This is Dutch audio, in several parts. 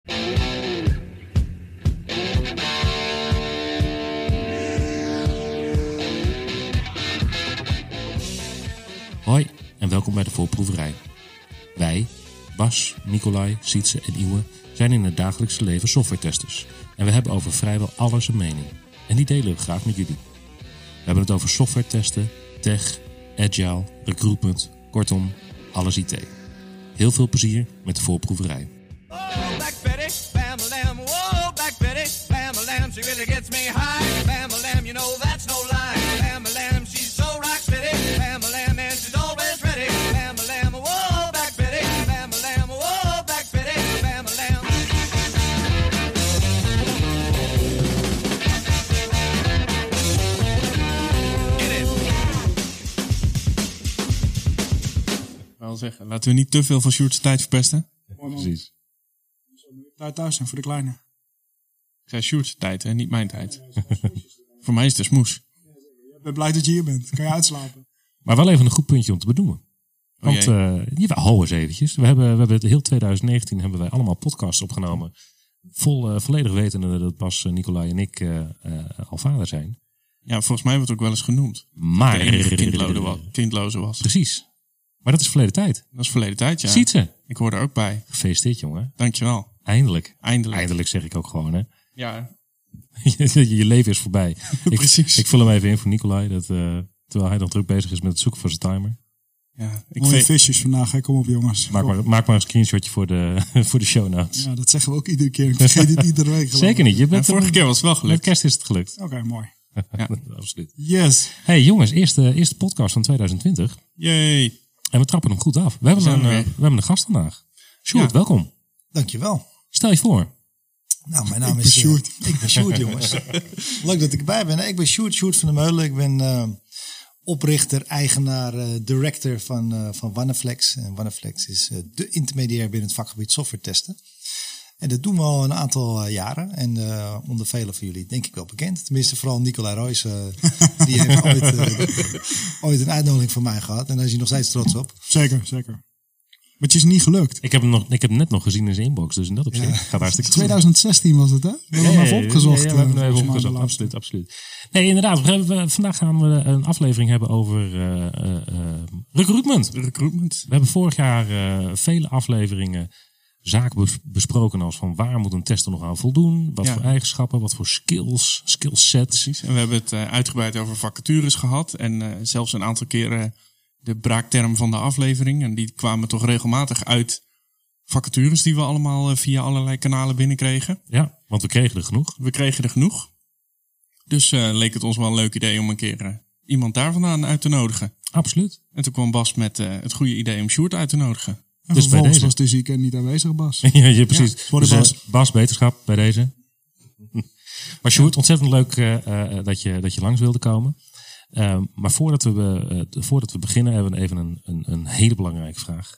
Hoi en welkom bij de Voorproeverij. Wij, Bas, Nicolai, Sietse en Iwe, zijn in het dagelijkse leven softwaretesters. En we hebben over vrijwel alles een mening. En die delen we graag met jullie. We hebben het over software testen, tech, agile, recruitment, kortom, alles IT. Heel veel plezier met de Voorproeverij. Oh, Black Betty, bam-a-lam, whoa, Black Betty, bam-a-lam, she really gets me high, bam-a-lam, you know that's no lie, bam-a-lam, she's so rock steady, bam-a-lam, and she's always ready, bam-a-lam, whoa, Black Betty, bam-a-lam, whoa, Black Betty, bam-a-lam. Get it. Ik wil zeggen, laten we niet te veel van Sjoerd's tijd verpesten. Precies. Thuis zijn voor de kleine. Ik zei Sjoerd's tijd, hè, niet mijn tijd. Voor mij is het smoes. Ik ben blij dat je hier bent. Kan je uitslapen? Maar wel even een goed puntje om te benoemen. Want, hou eens eventjes. We hebben het heel 2019 hebben wij allemaal podcasts opgenomen. Volledig wetende dat Bas, Nicolai en ik al vader zijn. Ja, volgens mij wordt het ook wel eens genoemd. Maar De enige kindloze was. Precies. Maar dat is verleden tijd. Dat is verleden tijd, ja. Ziet ze. Ik hoor er ook bij. Gefeliciteerd, jongen. Dankjewel. Eindelijk. Eindelijk. Eindelijk zeg ik ook gewoon, hè. Ja, Je leven is voorbij. precies. Ik vul hem even in voor Nicolai. Terwijl hij nog druk bezig is met het zoeken van zijn timer. Ja, Mooie visjes vandaag. Hè? Kom op, jongens. Maak maar een screenshotje voor de show notes. Ja, dat zeggen we ook iedere keer. Ik vergeet het iedere week. Zeker niet. Vorige keer was het wel Met gelukt. kerst is het gelukt. Oké, mooi. Ja. Absoluut. Yes. Hey jongens, eerste podcast van 2020. Yay. En we trappen hem goed af. We hebben een gast vandaag. Sjoerd, Ja. welkom. Dankjewel. Stel je voor. Nou, mijn naam ben is Sjoerd. Ik ben Sjoerd, jongens. Leuk dat ik erbij ben. Ik ben Sjoerd van der Meulen. Ik ben oprichter, eigenaar, director van Wanneflex. En Wanneflex is de intermediair binnen het vakgebied software testen. En dat doen we al een aantal jaren. En onder velen van jullie denk ik wel bekend. Tenminste, vooral Nicolai Roys. Die heeft ooit een uitnodiging van mij gehad. En daar is hij nog steeds trots op. Zeker. Maar het is niet gelukt. Ik heb hem net nog gezien in zijn inbox. Dus in dat opzicht gaat hartstikke goed. 2016 was het, hè? We hebben hem even opgezocht. Ja, we hebben hem even volgens mij opgezocht. de laatste. Absoluut. Nee, inderdaad. Vandaag gaan we een aflevering hebben over recruitment. Recruitment. We hebben vorig jaar vele afleveringen zaken besproken als van waar moet een tester nog aan voldoen? Wat voor eigenschappen, wat voor skillset. Precies. En we hebben het uitgebreid over vacatures gehad. En zelfs een aantal keren de braakterm van de aflevering. En die kwamen toch regelmatig uit vacatures die we allemaal via allerlei kanalen binnenkregen. Ja, want we kregen er genoeg. We kregen er genoeg. Dus leek het ons wel een leuk idee om een keer iemand daar vandaan uit te nodigen. Absoluut. En toen kwam Bas met het goede idee om Sjoerd uit te nodigen. En Dus bij vervolgens deze. was dit weekend niet aanwezig, Bas. Ja, precies. Ja, sorry, Dus, Bas. Bas, beterschap bij deze. Maar Sjoerd, ontzettend leuk dat je langs wilde komen. Maar voordat we beginnen hebben we even een hele belangrijke vraag.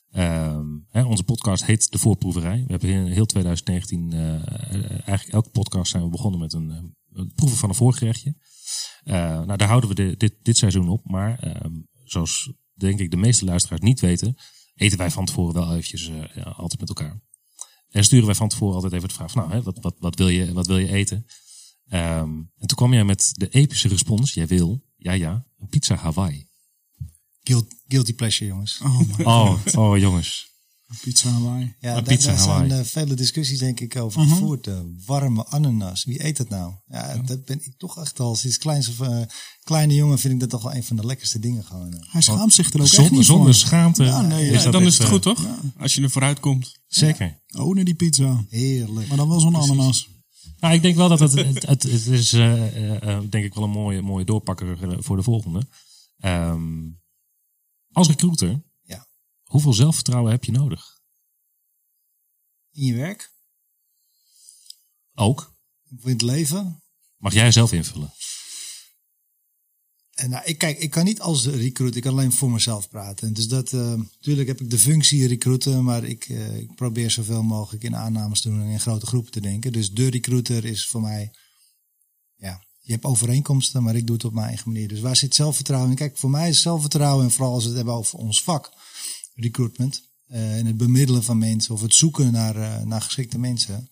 Onze podcast heet De Voorproeverij. We hebben in heel 2019, eigenlijk elke podcast zijn we begonnen met een proeven van een voorgerechtje. Nou, daar houden we dit seizoen op. Maar zoals denk ik de meeste luisteraars niet weten, eten wij van tevoren wel eventjes altijd met elkaar. En sturen wij van tevoren altijd even de vraag van, nou, wat wil je eten? En toen kwam jij met de epische respons. Jij wil, een pizza Hawaii. Guilty pleasure, jongens. Oh jongens. Pizza Hawaii. Ja, Een pizza daar Hawaii. zijn vele discussies denk ik over gevoerd. Warme ananas, wie eet dat nou? Ja, dat ben ik toch echt al sinds kleine jongen vind ik dat toch wel een van de lekkerste dingen gewoon. Hij schaamt zich er ook echt niet Zonder voor. schaamte. Ja, nee, is dat Dan echt, is het goed, toch? Als je er vooruit komt. Zeker. Ownen die pizza. Heerlijk. Maar dan wel zo'n ananas. Nou, ik denk wel dat het is denk ik wel een mooie doorpakker voor de volgende. Als recruiter, Ja. hoeveel zelfvertrouwen heb je nodig? In je werk, Ook. in het leven. Mag jij zelf invullen? En nou, ik kan niet als recruiter, ik kan alleen voor mezelf praten. En dus natuurlijk heb ik de functie recruiter, maar ik probeer zoveel mogelijk in aannames te doen en in grote groepen te denken. Dus de recruiter is voor mij, ja, je hebt overeenkomsten, maar ik doe het op mijn eigen manier. Dus waar zit zelfvertrouwen in? Kijk, voor mij is zelfvertrouwen, en vooral als we het hebben over ons vak, recruitment, en het bemiddelen van mensen of het zoeken naar geschikte mensen.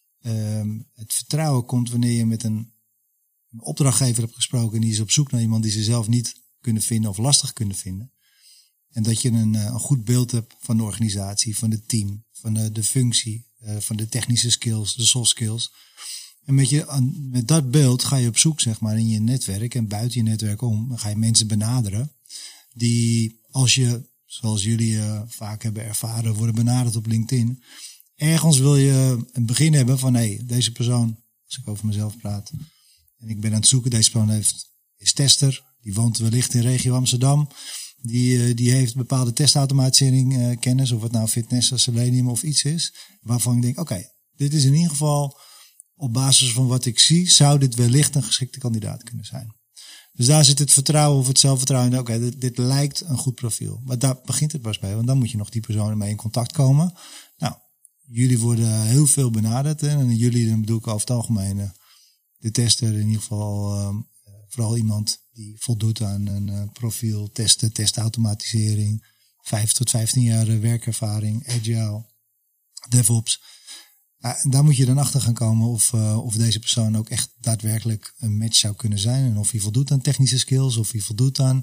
Het vertrouwen komt wanneer je met een opdrachtgever hebt gesproken en die is op zoek naar iemand die ze zelf niet kunnen vinden of lastig kunnen vinden. En dat je een goed beeld hebt van de organisatie, van het team, van de functie, van de technische skills, de soft skills. En met dat beeld ga je op zoek, zeg maar, in je netwerk en buiten je netwerk om. Dan ga je mensen benaderen die, als je, zoals jullie vaak hebben ervaren, worden benaderd op LinkedIn. Ergens wil je een begin hebben van, deze persoon, als ik over mezelf praat, en ik ben aan het zoeken, deze persoon is tester, die woont wellicht in regio Amsterdam. Die heeft bepaalde testautomatisering kennis, of het nou Fitness, Selenium of iets is, waarvan ik denk, oké, dit is in ieder geval, op basis van wat ik zie, zou dit wellicht een geschikte kandidaat kunnen zijn. Dus daar zit het vertrouwen of het zelfvertrouwen in, oké, dit lijkt een goed profiel. Maar daar begint het pas bij, want dan moet je nog die persoon mee in contact komen. Nou, jullie worden heel veel benaderd, en jullie, dan bedoel ik over het algemeen, de tester in ieder geval, vooral iemand die voldoet aan een profiel, testen, testautomatisering, 5 tot 15 jaar werkervaring, agile, DevOps. En daar moet je dan achter gaan komen of deze persoon ook echt daadwerkelijk een match zou kunnen zijn. En of hij voldoet aan technische skills, of hij voldoet aan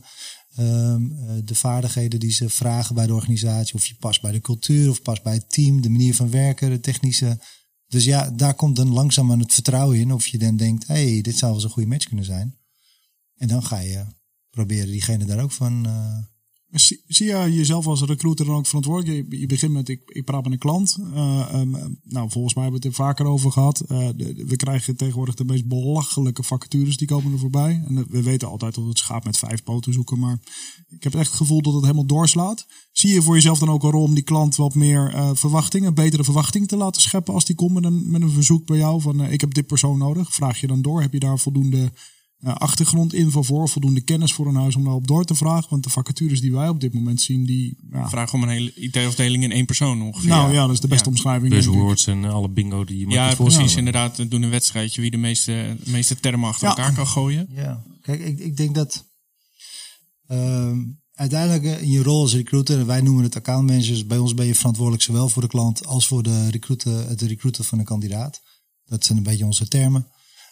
de vaardigheden die ze vragen bij de organisatie. Of je past bij de cultuur, of past bij het team, de manier van werken, de technische. Dus ja, daar komt dan langzaam aan het vertrouwen in. Of je dan denkt, dit zou wel eens een goede match kunnen zijn. En dan ga je proberen diegene daar ook van... Zie je jezelf als recruiter dan ook verantwoordelijk? Je begint met, ik praat met een klant. Volgens mij hebben we het er vaker over gehad. We krijgen tegenwoordig de meest belachelijke vacatures, die komen er voorbij. En we weten altijd dat het schaap met 5 poten zoeken. Maar ik heb echt het gevoel dat het helemaal doorslaat. Zie je voor jezelf dan ook een rol om die klant wat meer verwachtingen, betere verwachtingen te laten scheppen als die komt met een verzoek bij jou van ik heb dit persoon nodig. Vraag je dan door? Heb je daar voldoende achtergrondinfo voor, voldoende kennis voor een huis om daarop door te vragen? Want de vacatures die wij op dit moment zien, die... Vragen om een hele IT-afdeling in 1 persoon ongeveer. Nou ja, dat is de beste omschrijving. Buzzwords en alle bingo die je maar precies, inderdaad. We doen een wedstrijdje wie de meeste termen achter elkaar kan gooien. Ja, kijk, ik denk dat uiteindelijk in je rol als recruiter, en wij noemen het account managers, bij ons ben je verantwoordelijk zowel voor de klant als voor het recruiten van een kandidaat. Dat zijn een beetje onze termen.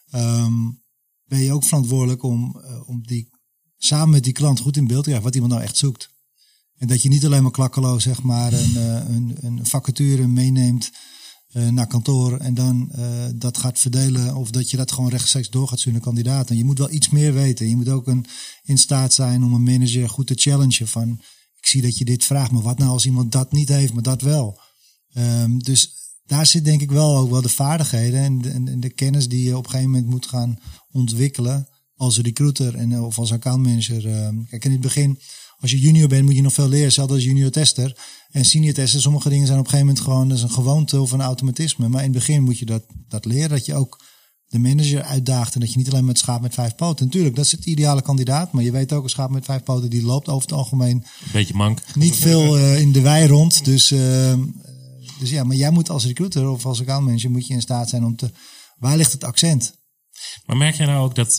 Ben je ook verantwoordelijk om die samen met die klant goed in beeld te krijgen wat iemand nou echt zoekt. En dat je niet alleen maar klakkeloos zeg maar een vacature meeneemt naar kantoor en dan dat gaat verdelen, of dat je dat gewoon rechtstreeks door gaat sturen naar kandidaten. Je moet wel iets meer weten. Je moet ook in staat zijn om een manager goed te challengen van, ik zie dat je dit vraagt, maar wat nou als iemand dat niet heeft, maar dat wel. Dus daar zit denk ik wel ook wel de vaardigheden en de kennis die je op een gegeven moment moet gaan ontwikkelen als recruiter of als accountmanager. Kijk, in het begin, als je junior bent, moet je nog veel leren, zelfs als junior tester. En senior tester, sommige dingen zijn op een gegeven moment gewoon, dat is een gewoonte of een automatisme. Maar in het begin moet je dat leren, dat je ook de manager uitdaagt en dat je niet alleen met schaap met 5 poten. Natuurlijk, dat is het ideale kandidaat, maar je weet ook, een schaap met 5 poten die loopt over het algemeen een beetje mank. Niet veel in de wei rond, dus ja, maar jij moet als recruiter of als accountmanager moet je in staat zijn om waar ligt het accent? Maar merk jij nou ook dat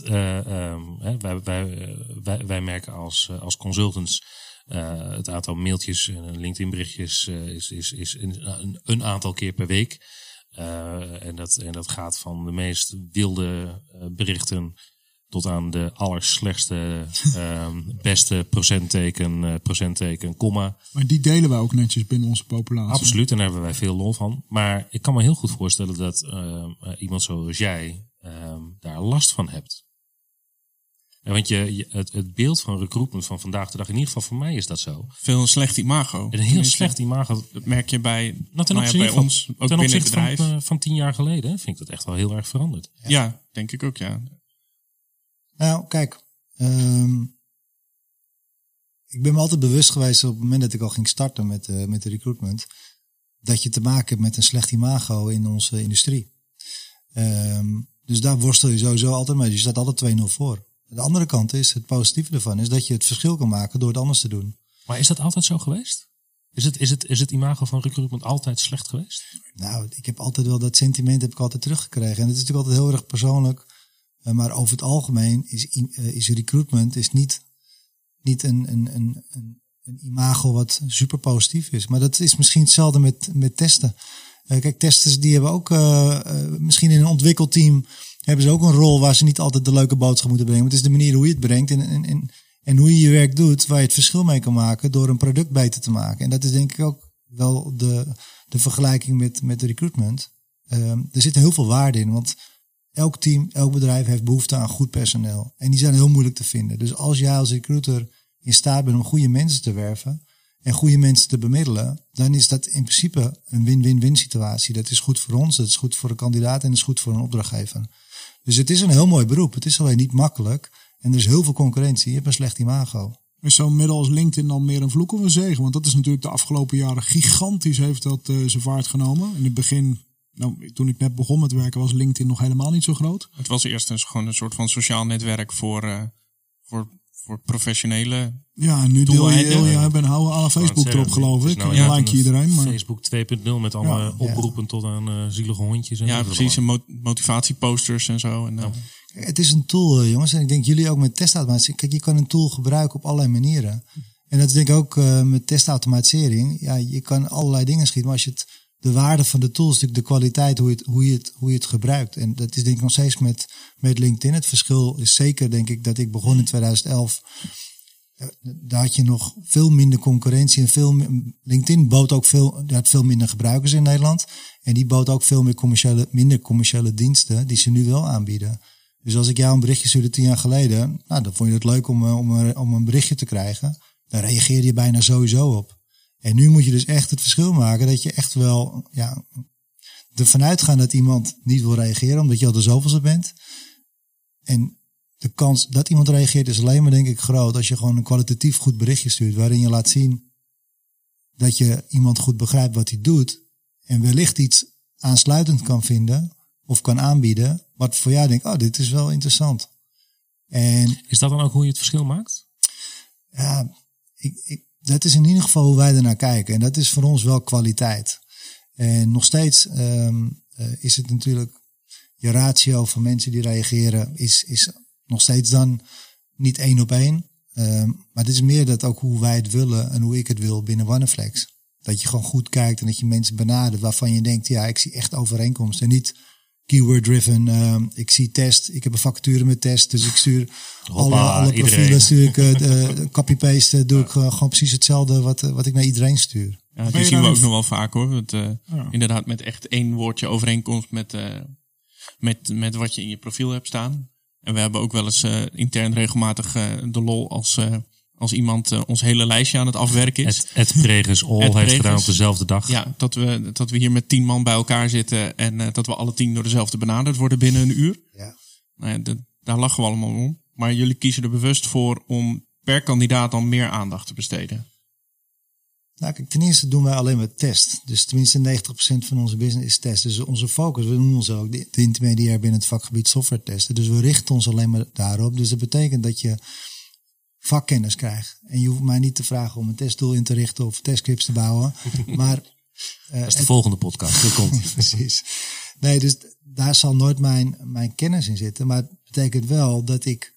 wij merken als consultants het aantal mailtjes en LinkedIn berichtjes is een aantal keer per week. En dat gaat van de meest wilde berichten tot aan de allerslechtste, beste procentteken, komma. Maar die delen wij ook netjes binnen onze populatie. Absoluut, en daar hebben wij veel lol van. Maar ik kan me heel goed voorstellen dat iemand zoals jij daar last van hebt. En want het beeld van recruitment van vandaag de dag, in ieder geval voor mij is dat zo. Veel een slecht imago. Een heel slecht imago. Dat merk je bij ons, ook ten binnen het bedrijf. Van 10 jaar geleden vind ik dat echt wel heel erg veranderd. Ja, denk ik ook, ja. Nou, kijk. Ik ben me altijd bewust geweest op het moment dat ik al ging starten met de recruitment, dat je te maken hebt met een slecht imago in onze industrie. Dus daar worstel je sowieso altijd mee. Dus je staat altijd 2-0 voor. De andere kant is, het positieve ervan is dat je het verschil kan maken door het anders te doen. Maar is dat altijd zo geweest? Is het imago van recruitment altijd slecht geweest? Nou, ik heb altijd wel dat sentiment heb ik altijd teruggekregen. En het is natuurlijk altijd heel erg persoonlijk. Maar over het algemeen is recruitment is niet een een imago wat super positief is. Maar dat is misschien hetzelfde met testen. Kijk, testers die hebben ook misschien in een ontwikkeld team hebben ze ook een rol waar ze niet altijd de leuke boodschap moeten brengen. Maar het is de manier hoe je het brengt en hoe je je werk doet, waar je het verschil mee kan maken door een product beter te maken. En dat is denk ik ook wel de vergelijking met recruitment. Er zit heel veel waarde in, want elk team, elk bedrijf heeft behoefte aan goed personeel. En die zijn heel moeilijk te vinden. Dus als jij als recruiter in staat bent om goede mensen te werven en goede mensen te bemiddelen, dan is dat in principe een win-win-win situatie. Dat is goed voor ons, dat is goed voor de kandidaat en dat is goed voor een opdrachtgever. Dus het is een heel mooi beroep. Het is alleen niet makkelijk. En er is heel veel concurrentie. Je hebt een slecht imago. Is zo'n middel als LinkedIn dan meer een vloek of een zegen? Want dat is natuurlijk de afgelopen jaren gigantisch heeft dat zijn vaart genomen. In het begin, toen ik net begon met werken, was LinkedIn nog helemaal niet zo groot. Het was eerst gewoon een soort van sociaal netwerk voor professionele. Ja, en nu deel je heel je hebben en houden alle Facebook erop, geloof ik. Nou, en like je iedereen. Maar Facebook 2.0 met alle oproepen tot aan zielige hondjes. En ja, precies. En motivatieposters en zo. En, Het is een tool, jongens. En ik denk jullie ook met testautomatisering. Kijk, je kan een tool gebruiken op allerlei manieren. En dat is denk ik ook met testautomatisering. Ja, je kan allerlei dingen schieten. Maar als je de waarde van de tool is natuurlijk de kwaliteit, hoe je het gebruikt. En dat is denk ik nog steeds met LinkedIn. Het verschil is zeker, denk ik, dat ik begon in 2011. Daar had je nog veel minder concurrentie. En LinkedIn bood ook veel minder gebruikers in Nederland. En die bood ook veel minder commerciële diensten die ze nu wel aanbieden. Dus als ik jou een berichtje stuurde 10 jaar geleden, dan vond je het leuk om een berichtje te krijgen. Dan reageerde je bijna sowieso op. En nu moet je dus echt het verschil maken dat je echt wel ervan uitgaan dat iemand niet wil reageren omdat je al de zoveelste bent. En de kans dat iemand reageert is alleen maar denk ik groot als je gewoon een kwalitatief goed berichtje stuurt waarin je laat zien dat je iemand goed begrijpt wat hij doet en wellicht iets aansluitend kan vinden of kan aanbieden wat voor jou denkt, dit is wel interessant. En is dat dan ook hoe je het verschil maakt? Ja, dat is in ieder geval hoe wij ernaar kijken. En dat is voor ons wel kwaliteit. En nog steeds is het natuurlijk je ratio van mensen die reageren is nog steeds dan niet 1 op 1. Maar het is meer dat ook hoe wij het willen en hoe ik het wil binnen Wanneflex. Dat je gewoon goed kijkt en dat je mensen benadert waarvan je denkt, ik zie echt overeenkomsten. En niet keyword-driven. Ik zie test. Ik heb een vacature met test. Dus ik stuur alle profielen. Stuur ik copy-paste. Doe ik gewoon precies hetzelfde wat ik naar iedereen stuur. Ja, die zien we ook nog wel vaak hoor. Inderdaad met echt 1 woordje overeenkomst met wat je in je profiel hebt staan. En we hebben ook wel eens intern regelmatig de lol als iemand ons hele lijstje aan het afwerken is. Het Preges All heeft gedaan op dezelfde dag. Ja, dat we hier met 10 man bij elkaar zitten en dat we alle 10 door dezelfde benaderd worden binnen een uur. Ja. Nou ja, daar lachen we allemaal om. Maar jullie kiezen er bewust voor om per kandidaat dan meer aandacht te besteden. Nou, kijk, ten eerste doen wij alleen maar test. Dus tenminste 90% van onze business is test. Dus onze focus, we noemen ons ook de intermediair binnen het vakgebied software testen. Dus we richten ons alleen maar daarop. Dus dat betekent dat je vakkennis krijgt. En je hoeft mij niet te vragen om een testtool in te richten of testscripts te bouwen. Maar dat is de volgende podcast. Dat komt. Precies. Nee, dus daar zal nooit mijn kennis in zitten. Maar het betekent wel dat ik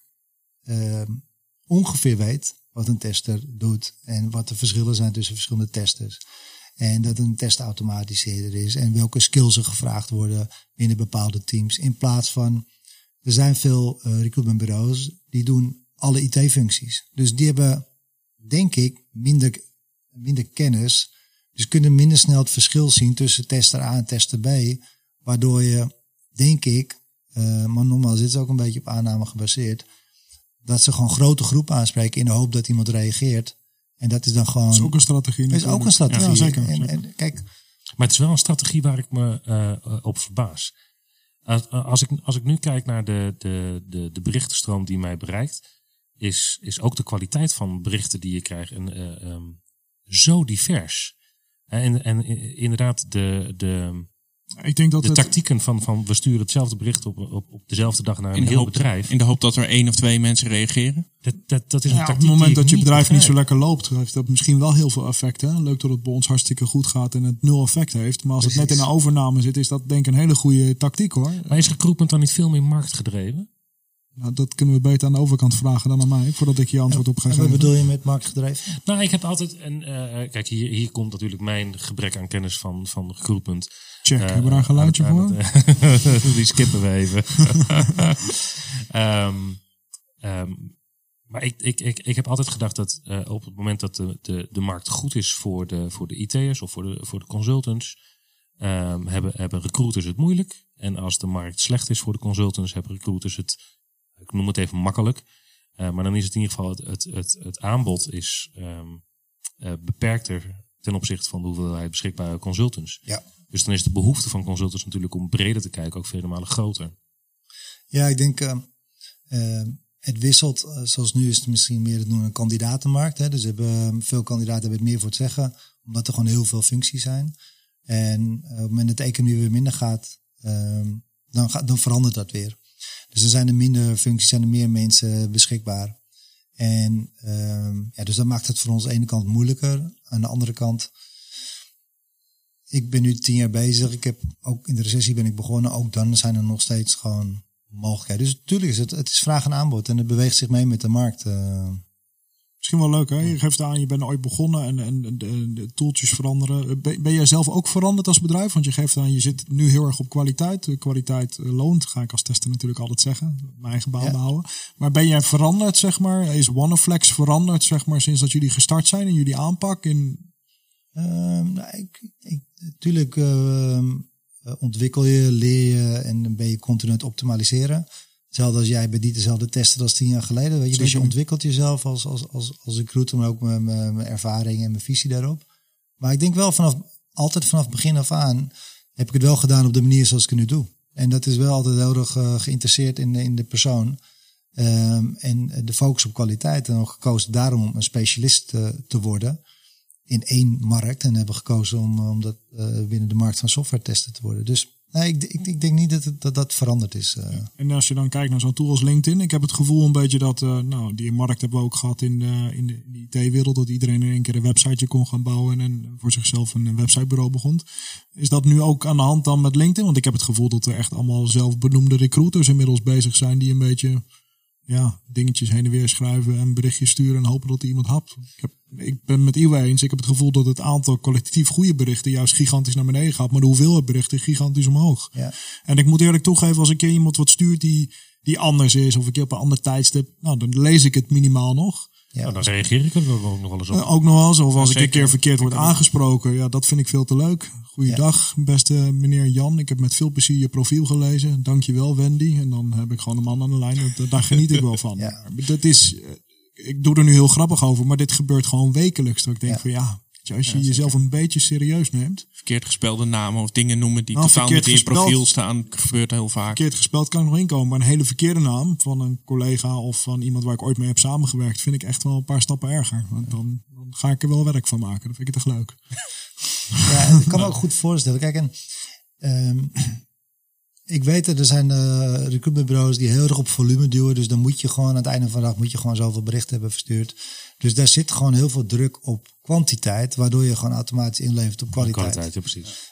ongeveer weet wat een tester doet en wat de verschillen zijn tussen verschillende testers. En dat een testautomatiseerder is en welke skills er gevraagd worden binnen bepaalde teams. In plaats van, er zijn veel recruitmentbureaus die doen alle IT-functies. Dus die hebben, denk ik, minder kennis. Dus kunnen minder snel het verschil zien tussen tester A en tester B. Waardoor je, denk ik, maar nogmaals, dit is ook een beetje op aanname gebaseerd, dat ze gewoon grote groepen aanspreken in de hoop dat iemand reageert. En dat is dan gewoon... Dat is ook een strategie. Dat is ook een strategie. Ja, zeker. En kijk, maar het is wel een strategie waar ik me op verbaas. Als ik nu kijk naar de berichtenstroom die mij bereikt, is ook de kwaliteit van berichten die je krijgt zo divers. En inderdaad ik denk dat de tactieken van we sturen hetzelfde bericht op dezelfde dag naar een heel bedrijf. In de hoop dat er 1 of 2 mensen reageren. Dat is een tactiek. Op het moment dat je bedrijf niet zo begrijp. lekker loopt, heeft dat misschien wel heel veel effect. Hè? Leuk dat het bij ons hartstikke goed gaat en het 0 effect heeft. Maar als het net in een overname zit, is dat denk ik een hele goede tactiek hoor. Maar is recruitment dan niet veel meer marktgedreven? Nou, dat kunnen we beter aan de overkant vragen dan aan mij, voordat ik je antwoord op ga En geven. wat bedoel je met marktgedreven? Nou, ik heb altijd... kijk, hier komt natuurlijk mijn gebrek aan kennis van recruitment. Check, hebben we daar een geluidje voor? Die skippen we even. Maar ik heb altijd gedacht dat op het moment dat de markt goed is voor de IT'ers of voor de consultants, hebben recruiters het moeilijk. En als de markt slecht is voor de consultants, hebben recruiters het, ik noem het even makkelijk. Maar dan is het in ieder geval het aanbod is beperkter ten opzichte van de hoeveelheid beschikbare consultants. Ja. Dus dan is de behoefte van consultants natuurlijk om breder te kijken ook vele malen groter. Ja, ik denk het wisselt. Zoals nu is het misschien meer het noemen een kandidatenmarkt. Hè. Dus veel kandidaten hebben het meer voor het zeggen. Omdat er gewoon heel veel functies zijn. En op het moment dat de economie weer minder gaat, dan verandert dat weer. Dus er zijn er minder functies, zijn er meer mensen beschikbaar. En dus dat maakt het voor ons aan de ene kant moeilijker. Aan de andere kant, ik ben nu 10 jaar bezig. Ik heb ook in de recessie ben ik begonnen. Ook dan zijn er nog steeds gewoon mogelijkheden. Dus natuurlijk is het is vraag en aanbod. En het beweegt zich mee met de markt. Misschien wel leuk, hè? Je geeft aan, je bent ooit begonnen en de tooltjes veranderen. Ben jij zelf ook veranderd als bedrijf? Want je geeft aan, je zit nu heel erg op kwaliteit. De kwaliteit loont, ga ik als tester natuurlijk altijd zeggen. Mijn eigen baan behouden. Maar ben jij veranderd, zeg maar? Is Wanaflex veranderd, zeg maar, sinds dat jullie gestart zijn in jullie aanpak? Natuurlijk ontwikkel je, leer je en dan ben je continu aan het optimaliseren. Hetzelfde als jij bij dezelfde testen als 10 jaar geleden. Weet je? Dus je ontwikkelt jezelf als recruiter, maar ook mijn ervaring en mijn visie daarop. Maar ik denk wel altijd vanaf begin af aan heb ik het wel gedaan op de manier zoals ik het nu doe. En dat is wel altijd heel erg geïnteresseerd in de persoon. En de focus op kwaliteit. En ook gekozen daarom om een specialist te worden in 1 markt. En hebben gekozen om dat binnen de markt van software testen te worden. Dus nee, ik denk niet dat veranderd is. En als je dan kijkt naar zo'n tool als LinkedIn. Ik heb het gevoel een beetje dat, die markt hebben we ook gehad in de IT-wereld. Dat iedereen in één keer een websiteje kon gaan bouwen en voor zichzelf een websitebureau begon. Is dat nu ook aan de hand dan met LinkedIn? Want ik heb het gevoel dat er echt allemaal zelfbenoemde recruiters inmiddels bezig zijn die een beetje dingetjes heen en weer schrijven en berichtjes sturen en hopen dat er iemand hapt. Ik ben met Iwe eens. Ik heb het gevoel dat het aantal kwalitatief goede berichten juist gigantisch naar beneden gaat, maar de hoeveelheid berichten gigantisch omhoog. Ja. En ik moet eerlijk toegeven, als een keer iemand wat stuurt die anders is, of een keer op een ander tijdstip, dan lees ik het minimaal nog. Ja. Nou, dan reageer ik er ook nog wel eens op. Ook nog wel eens. Of als ik een keer verkeerd word aangesproken. Dat vind ik veel te leuk. Goeiedag, beste meneer Jan. Ik heb met veel plezier je profiel gelezen. Dankjewel, Wendy. En dan heb ik gewoon een man aan de lijn. Daar geniet ik wel van. Ja. Dat is, ik doe er nu heel grappig over, maar dit gebeurt gewoon wekelijks. Dat ik denk van als je jezelf een beetje serieus neemt. Verkeerd gespelde namen of dingen noemen die totaal niet in je profiel staan, gebeurt heel vaak. Verkeerd gespeld kan ik nog inkomen, maar een hele verkeerde naam van een collega of van iemand waar ik ooit mee heb samengewerkt, vind ik echt wel een paar stappen erger. Want dan ga ik er wel werk van maken. Dan vind ik het echt leuk. Ja, ik kan me ook goed voorstellen. Kijk, ik weet dat er zijn recruitmentbureaus die heel erg op volume duwen. Dus dan moet je gewoon aan het einde van de dag zoveel berichten hebben verstuurd. Dus daar zit gewoon heel veel druk op kwantiteit, waardoor je gewoon automatisch inlevert op kwaliteit. Ja, precies.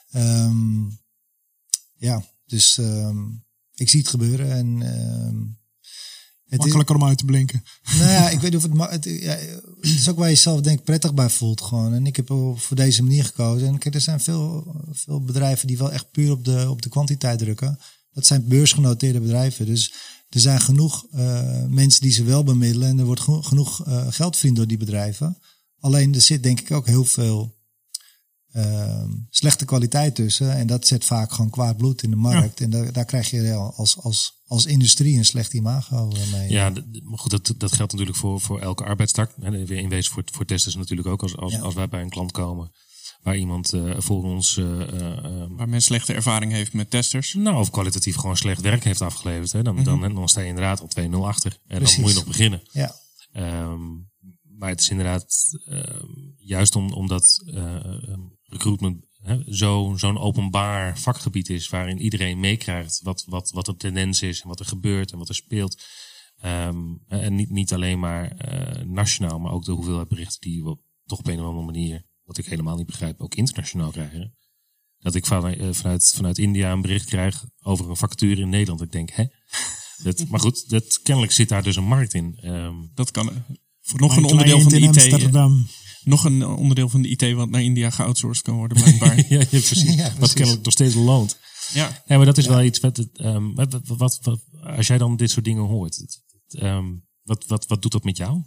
Dus ik zie het gebeuren en het makkelijker om uit te blinken. Nou ja, ik weet niet of het is ook waar je jezelf denk ik prettig bij voelt gewoon. En ik heb voor deze manier gekozen. En kijk, er zijn veel bedrijven die wel echt puur op de kwantiteit drukken. Dat zijn beursgenoteerde bedrijven. Dus er zijn genoeg mensen die ze wel bemiddelen. En er wordt genoeg geld verdiend door die bedrijven. Alleen er zit denk ik ook heel veel slechte kwaliteit tussen. En dat zet vaak gewoon kwaad bloed in de markt. Ja. En daar krijg je als industrie een slecht imago mee. Ja, maar goed, dat geldt natuurlijk voor elke arbeidstak. En in wezen voor testers natuurlijk ook. Als wij bij een klant komen waar iemand voor ons... waar men slechte ervaring heeft met testers. Nou, of kwalitatief gewoon slecht werk heeft afgeleverd. Hè, dan sta je inderdaad al 2-0 achter. En Precies. Dan moet je nog beginnen. Ja. Maar het is inderdaad juist omdat recruitment zo'n openbaar vakgebied is waarin iedereen meekrijgt wat de tendens is en wat er gebeurt en wat er speelt. En niet alleen maar nationaal, maar ook de hoeveelheid berichten die we toch op een of andere manier, wat ik helemaal niet begrijp, ook internationaal krijgen. Dat ik vanuit India een bericht krijg over een vacature in Nederland. Ik denk, Maar goed, kennelijk zit daar dus een markt in. Dat kan. Nog een onderdeel van de IT. Amsterdam. Nog een onderdeel van de IT wat naar India geoutsourced kan worden, blijkbaar. ja, precies. Ja, Wat precies. kennelijk nog steeds loont. Ja. Ja, maar dat is wel iets wat als jij dan dit soort dingen hoort, wat doet dat met jou?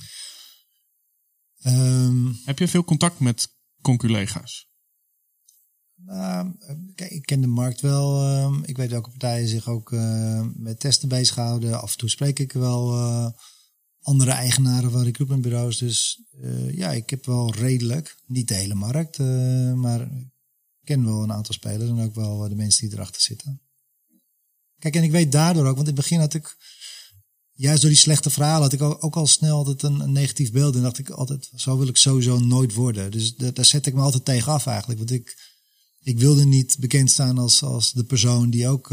Heb je veel contact met conculega's? Kijk, ik ken de markt wel. Ik weet welke partijen zich ook met testen bezighouden. Af en toe spreek ik wel andere eigenaren van recruitmentbureaus. Dus ik heb wel redelijk, niet de hele markt, maar ik ken wel een aantal spelers en ook wel de mensen die erachter zitten. Kijk, en ik weet daardoor ook, want in het begin had ik, juist door die slechte verhalen, had ik ook al snel altijd een negatief beeld. En dacht ik altijd, zo wil ik sowieso nooit worden. Dus daar zet ik me altijd tegen af eigenlijk. Want ik wilde niet bekend staan als de persoon die ook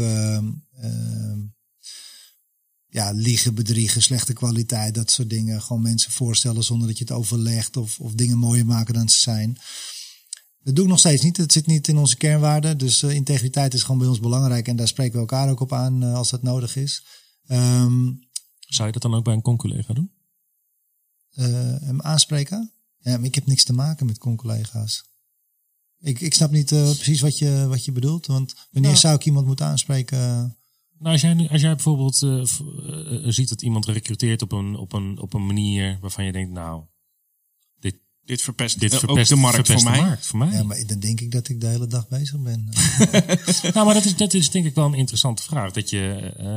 liegen, bedriegen, slechte kwaliteit, dat soort dingen. Gewoon mensen voorstellen zonder dat je het overlegt of dingen mooier maken dan ze zijn. Dat doe ik nog steeds niet. Het zit niet in onze kernwaarden. Dus integriteit is gewoon bij ons belangrijk. En daar spreken we elkaar ook op aan als dat nodig is. Zou je dat dan ook bij een conculega doen? Hem aanspreken? Ja, maar ik heb niks te maken met conculega's. Ik snap niet precies wat je bedoelt. Want wanneer zou ik iemand moeten aanspreken? Nou, als jij bijvoorbeeld ziet dat iemand recruteert op een manier waarvan je denkt, nou, Dit verpest ook de markt voor mij. Voor mij. Ja, maar dan denk ik dat ik de hele dag bezig ben. Nou, maar dat is denk ik wel een interessante vraag. Dat je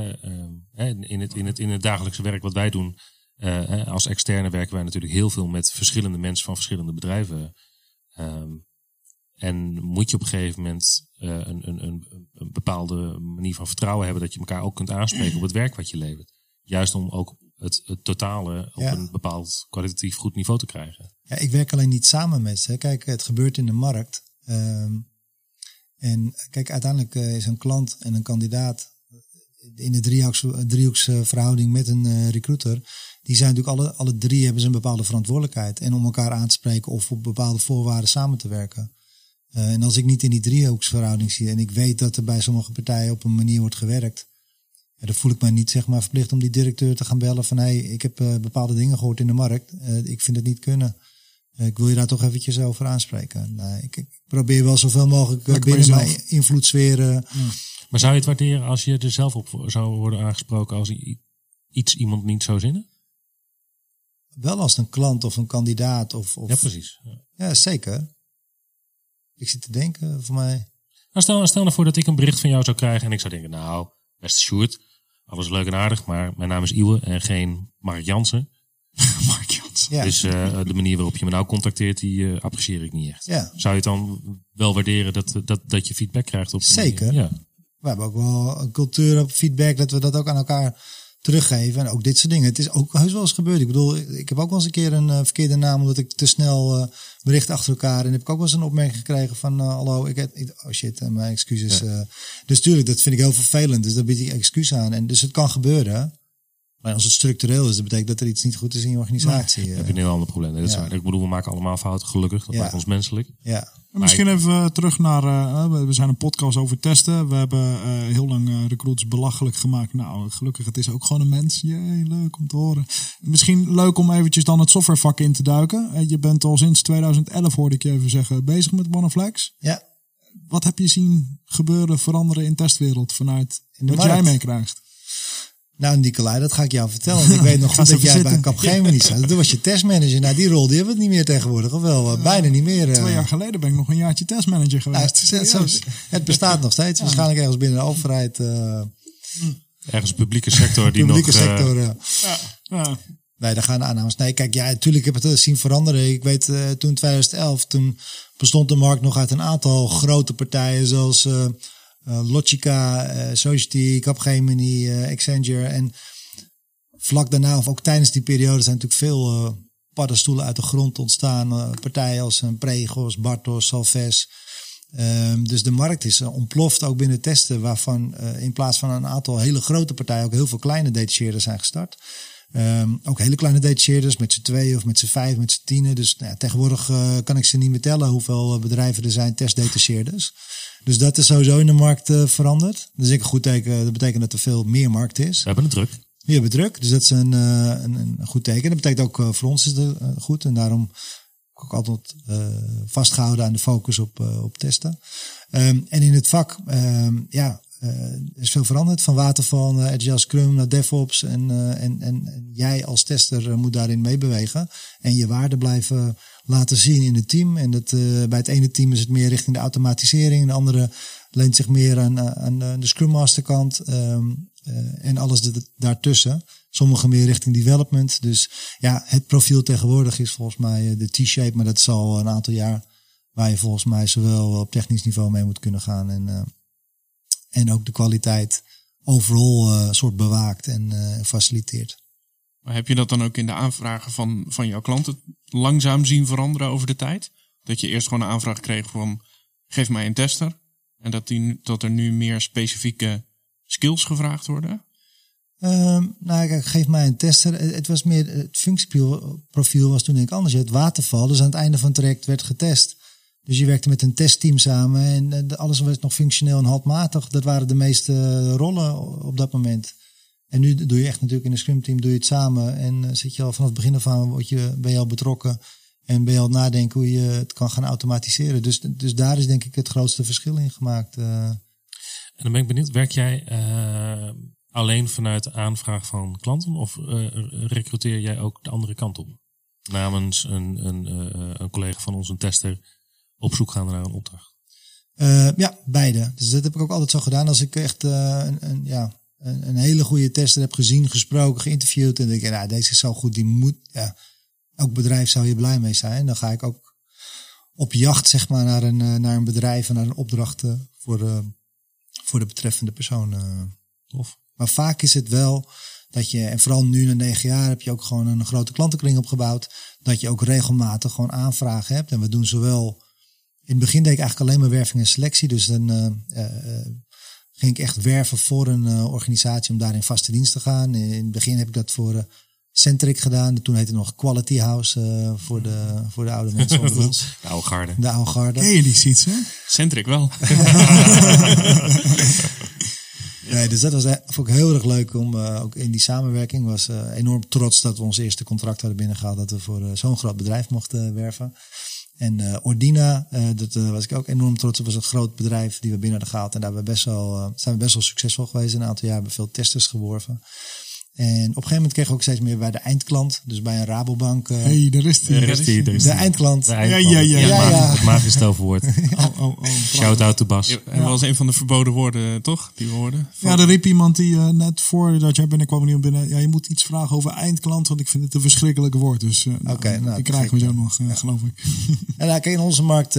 in het dagelijkse werk wat wij doen, als externe werken wij natuurlijk heel veel met verschillende mensen van verschillende bedrijven. En moet je op een gegeven moment een bepaalde manier van vertrouwen hebben dat je elkaar ook kunt aanspreken op het werk wat je levert. Juist om ook het totale op een bepaald kwalitatief goed niveau te krijgen. Ja, ik werk alleen niet samen met ze. Kijk, het gebeurt in de markt. En kijk, uiteindelijk is een klant en een kandidaat in de driehoeksverhouding met een recruiter. Die zijn natuurlijk alle drie hebben ze een bepaalde verantwoordelijkheid. En om elkaar aan te spreken of op bepaalde voorwaarden samen te werken. En als ik niet in die driehoeksverhouding zie en ik weet dat er bij sommige partijen op een manier wordt gewerkt. Ja, dan voel ik mij niet verplicht om die directeur te gaan bellen van ik heb bepaalde dingen gehoord in de markt. Ik vind het niet kunnen. Ik wil je daar toch eventjes over aanspreken. Nou, ik probeer wel zoveel mogelijk binnen mijn invloedssferen. Maar zou je het waarderen als je er zelf op zou worden aangesproken als iemand niet zou zinnen? Wel als een klant of een kandidaat. Ja, precies. Ja, zeker. Ik zit te denken, voor mij. Nou, stel nou voor dat ik een bericht van jou zou krijgen en ik zou denken, nou, beste Sjoerd, alles leuk en aardig, maar mijn naam is Iwe en geen Mark Jansen. Mark Jansen. Ja. Dus de manier waarop je me nou contacteert, die apprecieer ik niet echt. Ja. Zou je het dan wel waarderen dat je feedback krijgt op Zeker. manier? Ja. We hebben ook wel een cultuur op feedback dat we dat ook aan elkaar teruggeven. En ook dit soort dingen. Het is ook heus wel eens gebeurd. Ik bedoel, ik heb ook wel eens een keer een verkeerde naam omdat ik te snel bericht achter elkaar. En heb ik ook wel eens een opmerking gekregen van hallo, oh shit, mijn excuses. Ja. Dus tuurlijk, dat vind ik heel vervelend. Dus daar bied ik excuus aan. En dus het kan gebeuren. Maar als het structureel is, dat betekent dat er iets niet goed is in je organisatie. Dan heb je een heel ander probleem. Nee, dat is waar. Ik bedoel, we maken allemaal fouten, gelukkig. Dat maakt ons menselijk. Ja. Misschien even terug naar, we zijn een podcast over testen. We hebben heel lang recruits belachelijk gemaakt. Nou, gelukkig, het is ook gewoon een mens. Jee, leuk om te horen. Misschien leuk om eventjes dan het softwarevak in te duiken. Je bent al sinds 2011, hoorde ik je even zeggen, bezig met OneFlex. Ja. Wat heb je zien gebeuren, veranderen in testwereld vanuit wat markt. jij meekrijgt? Nou, Nicolai, dat ga ik jou vertellen. Ik weet nog goed dat jij bij Capgemini zat. Toen was je testmanager. Nou, die rol die hebben we het niet meer tegenwoordig. Of wel, bijna niet meer. 2 jaar geleden ben ik nog een jaartje testmanager geweest. Het bestaat nog steeds. Waarschijnlijk ergens binnen de overheid. Ergens publieke sector die publieke nog... sector. Ja. Nee, daar gaan de aannames. Nee, kijk, ja, natuurlijk heb ik het zien veranderen. Ik weet, toen 2011, toen bestond de markt nog uit een aantal grote partijen zoals Logica, Society, Capgemini, Accenture. En vlak daarna, of ook tijdens die periode, zijn natuurlijk veel paddenstoelen uit de grond ontstaan. Partijen als Pregos, Bartos, Salves. Dus de markt is ontploft, ook binnen testen, waarvan in plaats van een aantal hele grote partijen ook heel veel kleine detacheerders zijn gestart. Ook hele kleine detacheerders met z'n 2 of met z'n 5, met z'n 10. Dus tegenwoordig kan ik ze niet meer tellen hoeveel bedrijven er zijn, testdetacheerders. Dus dat is sowieso in de markt veranderd. Dat is een goed teken. Dat betekent dat er veel meer markt is. We hebben het druk. We hebben druk, dus dat is een goed teken. Dat betekent ook voor ons is het goed. En daarom ook altijd vastgehouden aan de focus op testen. En in het vak, is veel veranderd. Van waterval naar Agile Scrum naar DevOps. En jij als tester moet daarin meebewegen. En je waarde blijven laten zien in het team. En bij het ene team is het meer richting de automatisering. En de andere leent zich meer aan de Scrum Master kant. En alles daartussen. Sommige meer richting development. Dus ja, het profiel tegenwoordig is volgens mij de T-shape. Maar dat is al een aantal jaar waar je volgens mij zowel op technisch niveau mee moet kunnen gaan. En ook de kwaliteit overal soort bewaakt en faciliteert. Maar heb je dat dan ook in de aanvragen van jouw klanten langzaam zien veranderen over de tijd? Dat je eerst gewoon een aanvraag kreeg van geef mij een tester. En dat er nu meer specifieke skills gevraagd worden? Kijk, geef mij een tester. Het was meer, het functieprofiel was toen denk ik anders. Je had waterval, dus aan het einde van het traject werd getest. Dus je werkte met een testteam samen en alles was nog functioneel en handmatig. Dat waren de meeste rollen op dat moment. En nu doe je echt natuurlijk in een Scrum team doe je het samen. En zit je al vanaf het begin af aan ben je al betrokken. En ben je al aan het nadenken hoe je het kan gaan automatiseren. Dus daar is denk ik het grootste verschil in gemaakt. En dan ben ik benieuwd, werk jij alleen vanuit de aanvraag van klanten? Of recruteer jij ook de andere kant op? Namens een collega van ons, een tester, op zoek gaan naar een opdracht? Ja, beide. Dus dat heb ik ook altijd zo gedaan. Als ik echt een hele goede tester heb gezien, gesproken, geïnterviewd. En denk ik, deze is zo goed, die moet... Ja, elk bedrijf zou je blij mee zijn. Dan ga ik ook op jacht zeg maar, naar een bedrijf en naar een opdracht voor de betreffende persoon. Tof. Maar vaak is het wel dat je, en vooral nu na 9 jaar heb je ook gewoon een grote klantenkring opgebouwd. Dat je ook regelmatig gewoon aanvragen hebt. En we doen zowel... In het begin deed ik eigenlijk alleen maar werving en selectie. Dus dan ging ik echt werven voor een organisatie om daar in vaste dienst te gaan. In het begin heb ik dat voor Centric gedaan. Toen heette het nog Quality House voor de oude mensen onder ons. De oude garde. De oude garde. Ken je die ziet, hè? Centric wel. Nee, dus dat vond ik heel erg leuk om ook in die samenwerking. Was enorm trots dat we ons eerste contract hadden binnengehaald. Dat we voor zo'n groot bedrijf mochten werven. En Ordina, dat was ik ook enorm trots op. Dat was een groot bedrijf die we binnen hadden gehaald. En daar zijn we best wel succesvol geweest. Een aantal jaar hebben we veel testers geworven. En op een gegeven moment kregen we ook steeds meer bij de eindklant. Dus bij een Rabobank. Daar is die. De eindklant. Ja. Het magisch stelwoord. Shout-out to Bas. En was een van de verboden woorden, toch? Die woorden. Ja, er riep iemand die net voordat jij binnenkwam niet binnen. Ja, je moet iets vragen over eindklant, want ik vind het een verschrikkelijk woord. Dus die krijgen we zo nog, geloof ik. En kijk, in onze markt,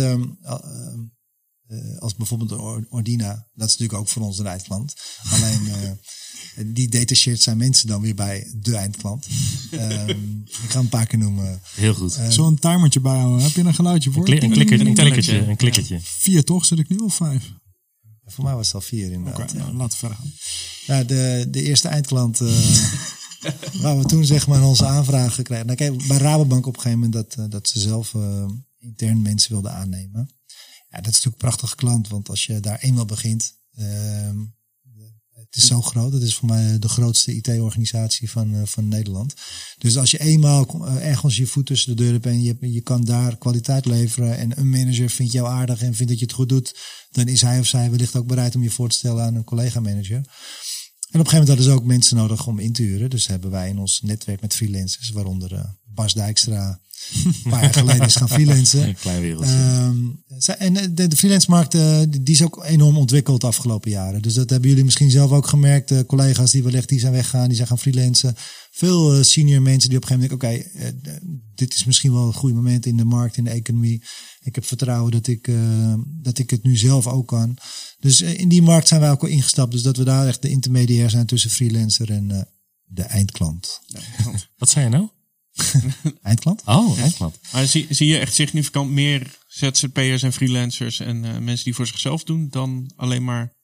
als bijvoorbeeld Ordina, dat is natuurlijk ook voor ons een eindklant. Alleen... die detacheerd zijn mensen dan weer bij de eindklant. Ik ga een paar keer noemen. Heel goed. Zo'n timertje bijhouden. Heb je een geluidje voor? Een klikkertje. 4 toch? Zit ik nu of 5? Voor mij was het al 4 inderdaad. Oké, laten we verder gaan. Nou, de eerste eindklant waar we toen zeg maar onze aanvragen kregen. Nou, kijk, bij Rabobank op een gegeven moment dat ze zelf intern mensen wilden aannemen. Ja, dat is natuurlijk een prachtige klant. Want als je daar eenmaal begint... Het is zo groot. Het is voor mij de grootste IT-organisatie van Nederland. Dus als je eenmaal ergens je voet tussen de deur hebt en je kan daar kwaliteit leveren en een manager vindt jou aardig en vindt dat je het goed doet, dan is hij of zij wellicht ook bereid om je voor te stellen aan een collega-manager. En op een gegeven moment hadden ze ook mensen nodig om in te huren. Dus hebben wij in ons netwerk met freelancers, waaronder Bas Dijkstra, een paar jaar geleden is gaan freelancen. Een klein wereldje. En de freelance-markt die is ook enorm ontwikkeld de afgelopen jaren. Dus dat hebben jullie misschien zelf ook gemerkt. Collega's die zijn weggaan, die zijn gaan freelancen. Veel senior mensen die op een gegeven moment denken, dit is misschien wel een goed moment in de markt, in de economie. Ik heb vertrouwen dat ik het nu zelf ook kan. Dus in die markt zijn wij ook al ingestapt. Dus dat we daar echt de intermediair zijn tussen freelancer en de eindklant. Wat zei je nou? Eindklant? Oh, eindklant. Maar zie je echt significant meer ZZP'ers en freelancers en mensen die voor zichzelf doen dan alleen maar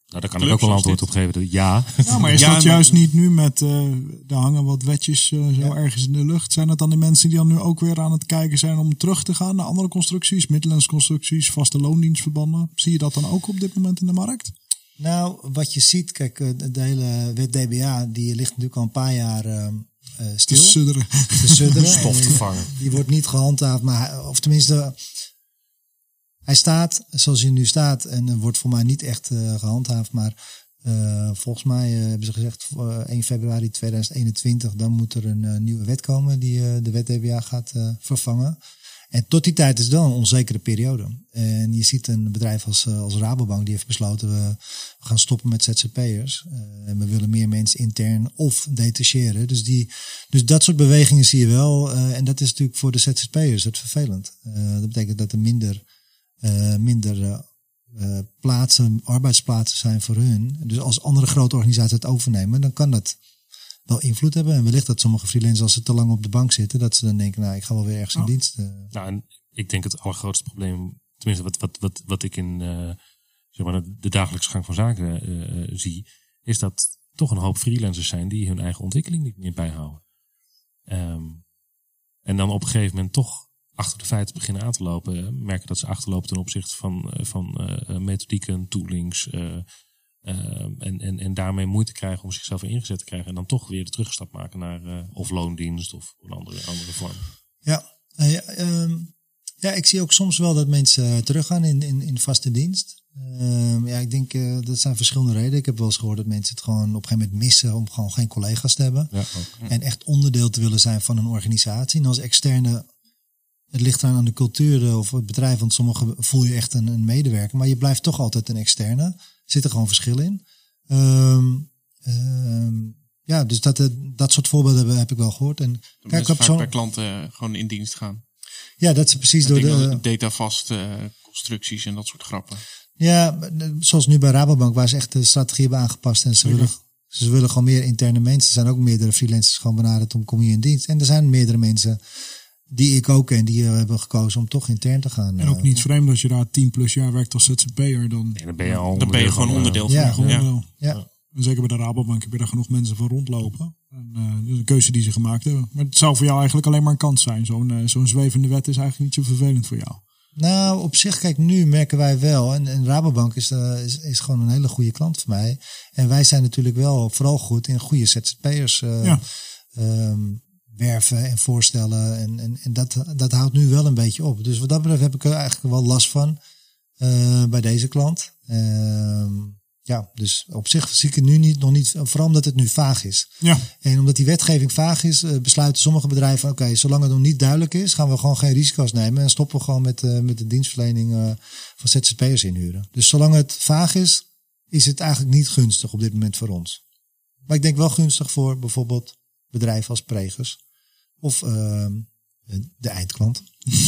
Nou, daar kan ik ook wel antwoord op geven. Ja. Ja, maar is dat juist niet nu met... er hangen wat wetjes zo ergens in de lucht. Zijn dat dan die mensen die dan nu ook weer aan het kijken zijn om terug te gaan naar andere constructies, Midlands constructies, vaste loondienstverbanden? Zie je dat dan ook op dit moment in de markt? Nou, wat je ziet, kijk, de hele wet DBA, die ligt natuurlijk al een paar jaar stil. Te sudderen. Stof te vangen. Die wordt niet gehandhaafd, of tenminste... Hij staat zoals hij nu staat en wordt voor mij niet echt gehandhaafd. Maar volgens mij hebben ze gezegd 1 februari 2021... dan moet er een nieuwe wet komen die de wet DBA gaat vervangen. En tot die tijd is het wel een onzekere periode. En je ziet een bedrijf als Rabobank die heeft besloten... we gaan stoppen met ZZP'ers. En we willen meer mensen intern of detacheren. Dus dat soort bewegingen zie je wel. En dat is natuurlijk voor de ZZP'ers het vervelend. Dat betekent dat er minder arbeidsplaatsen zijn voor hun. Dus als andere grote organisaties het overnemen, dan kan dat wel invloed hebben. En wellicht dat sommige freelancers, als ze te lang op de bank zitten, dat ze dan denken, nou, ik ga wel weer ergens in dienst. Nou, en ik denk het allergrootste probleem, tenminste wat ik in zeg maar de dagelijkse gang van zaken zie, is dat toch een hoop freelancers zijn die hun eigen ontwikkeling niet meer bijhouden. En dan op een gegeven moment toch achter de feiten beginnen aan te lopen, merken dat ze achterlopen ten opzichte van methodieken, toolings, en daarmee moeite krijgen om zichzelf ingezet te krijgen en dan toch weer de terugstap maken naar of loondienst of een andere vorm. Ja, ik zie ook soms wel dat mensen teruggaan in vaste dienst. Ik denk dat zijn verschillende redenen. Ik heb wel eens gehoord dat mensen het gewoon op een gegeven moment missen om gewoon geen collega's te hebben. Ja, ook. En echt onderdeel te willen zijn van een organisatie. En als externe, het ligt eraan aan de cultuur of het bedrijf, want sommigen voel je echt een medewerker, maar je blijft toch altijd een externe. Er zitten gewoon verschillen in. Dus dat soort voorbeelden heb ik wel gehoord. En kijk, ik heb bij klanten gewoon in dienst gaan. Ja, dat ze precies door de datavast constructies en dat soort grappen. Ja, zoals nu bij Rabobank, waar ze echt de strategie hebben aangepast en ze willen gewoon meer interne mensen. Er zijn ook meerdere freelancers gewoon benaderd om kom je in dienst. En er zijn meerdere mensen die ik ook ken, die hebben gekozen om toch intern te gaan. En ook niet vreemd als je daar 10 plus jaar werkt als ZZP'er. Dan ben je gewoon onderdeel van. Ja. En zeker bij de Rabobank heb je daar genoeg mensen van rondlopen. En dat is een keuze die ze gemaakt hebben. Maar het zou voor jou eigenlijk alleen maar een kans zijn. Zo'n zwevende wet is eigenlijk niet zo vervelend voor jou. Nou, op zich, kijk, nu merken wij wel. En Rabobank is gewoon een hele goede klant voor mij. En wij zijn natuurlijk wel vooral goed in goede ZZP'ers werven en voorstellen. En dat houdt nu wel een beetje op. Dus wat dat betreft heb ik er eigenlijk wel last van bij deze klant. Dus op zich zie ik het nu nog niet, vooral omdat het nu vaag is. Ja. En omdat die wetgeving vaag is, besluiten sommige bedrijven, oké, zolang het nog niet duidelijk is, gaan we gewoon geen risico's nemen en stoppen we gewoon met de dienstverlening van ZZP'ers inhuren. Dus zolang het vaag is het eigenlijk niet gunstig op dit moment voor ons. Maar ik denk wel gunstig voor bijvoorbeeld bedrijven als Pregers of de eindklant.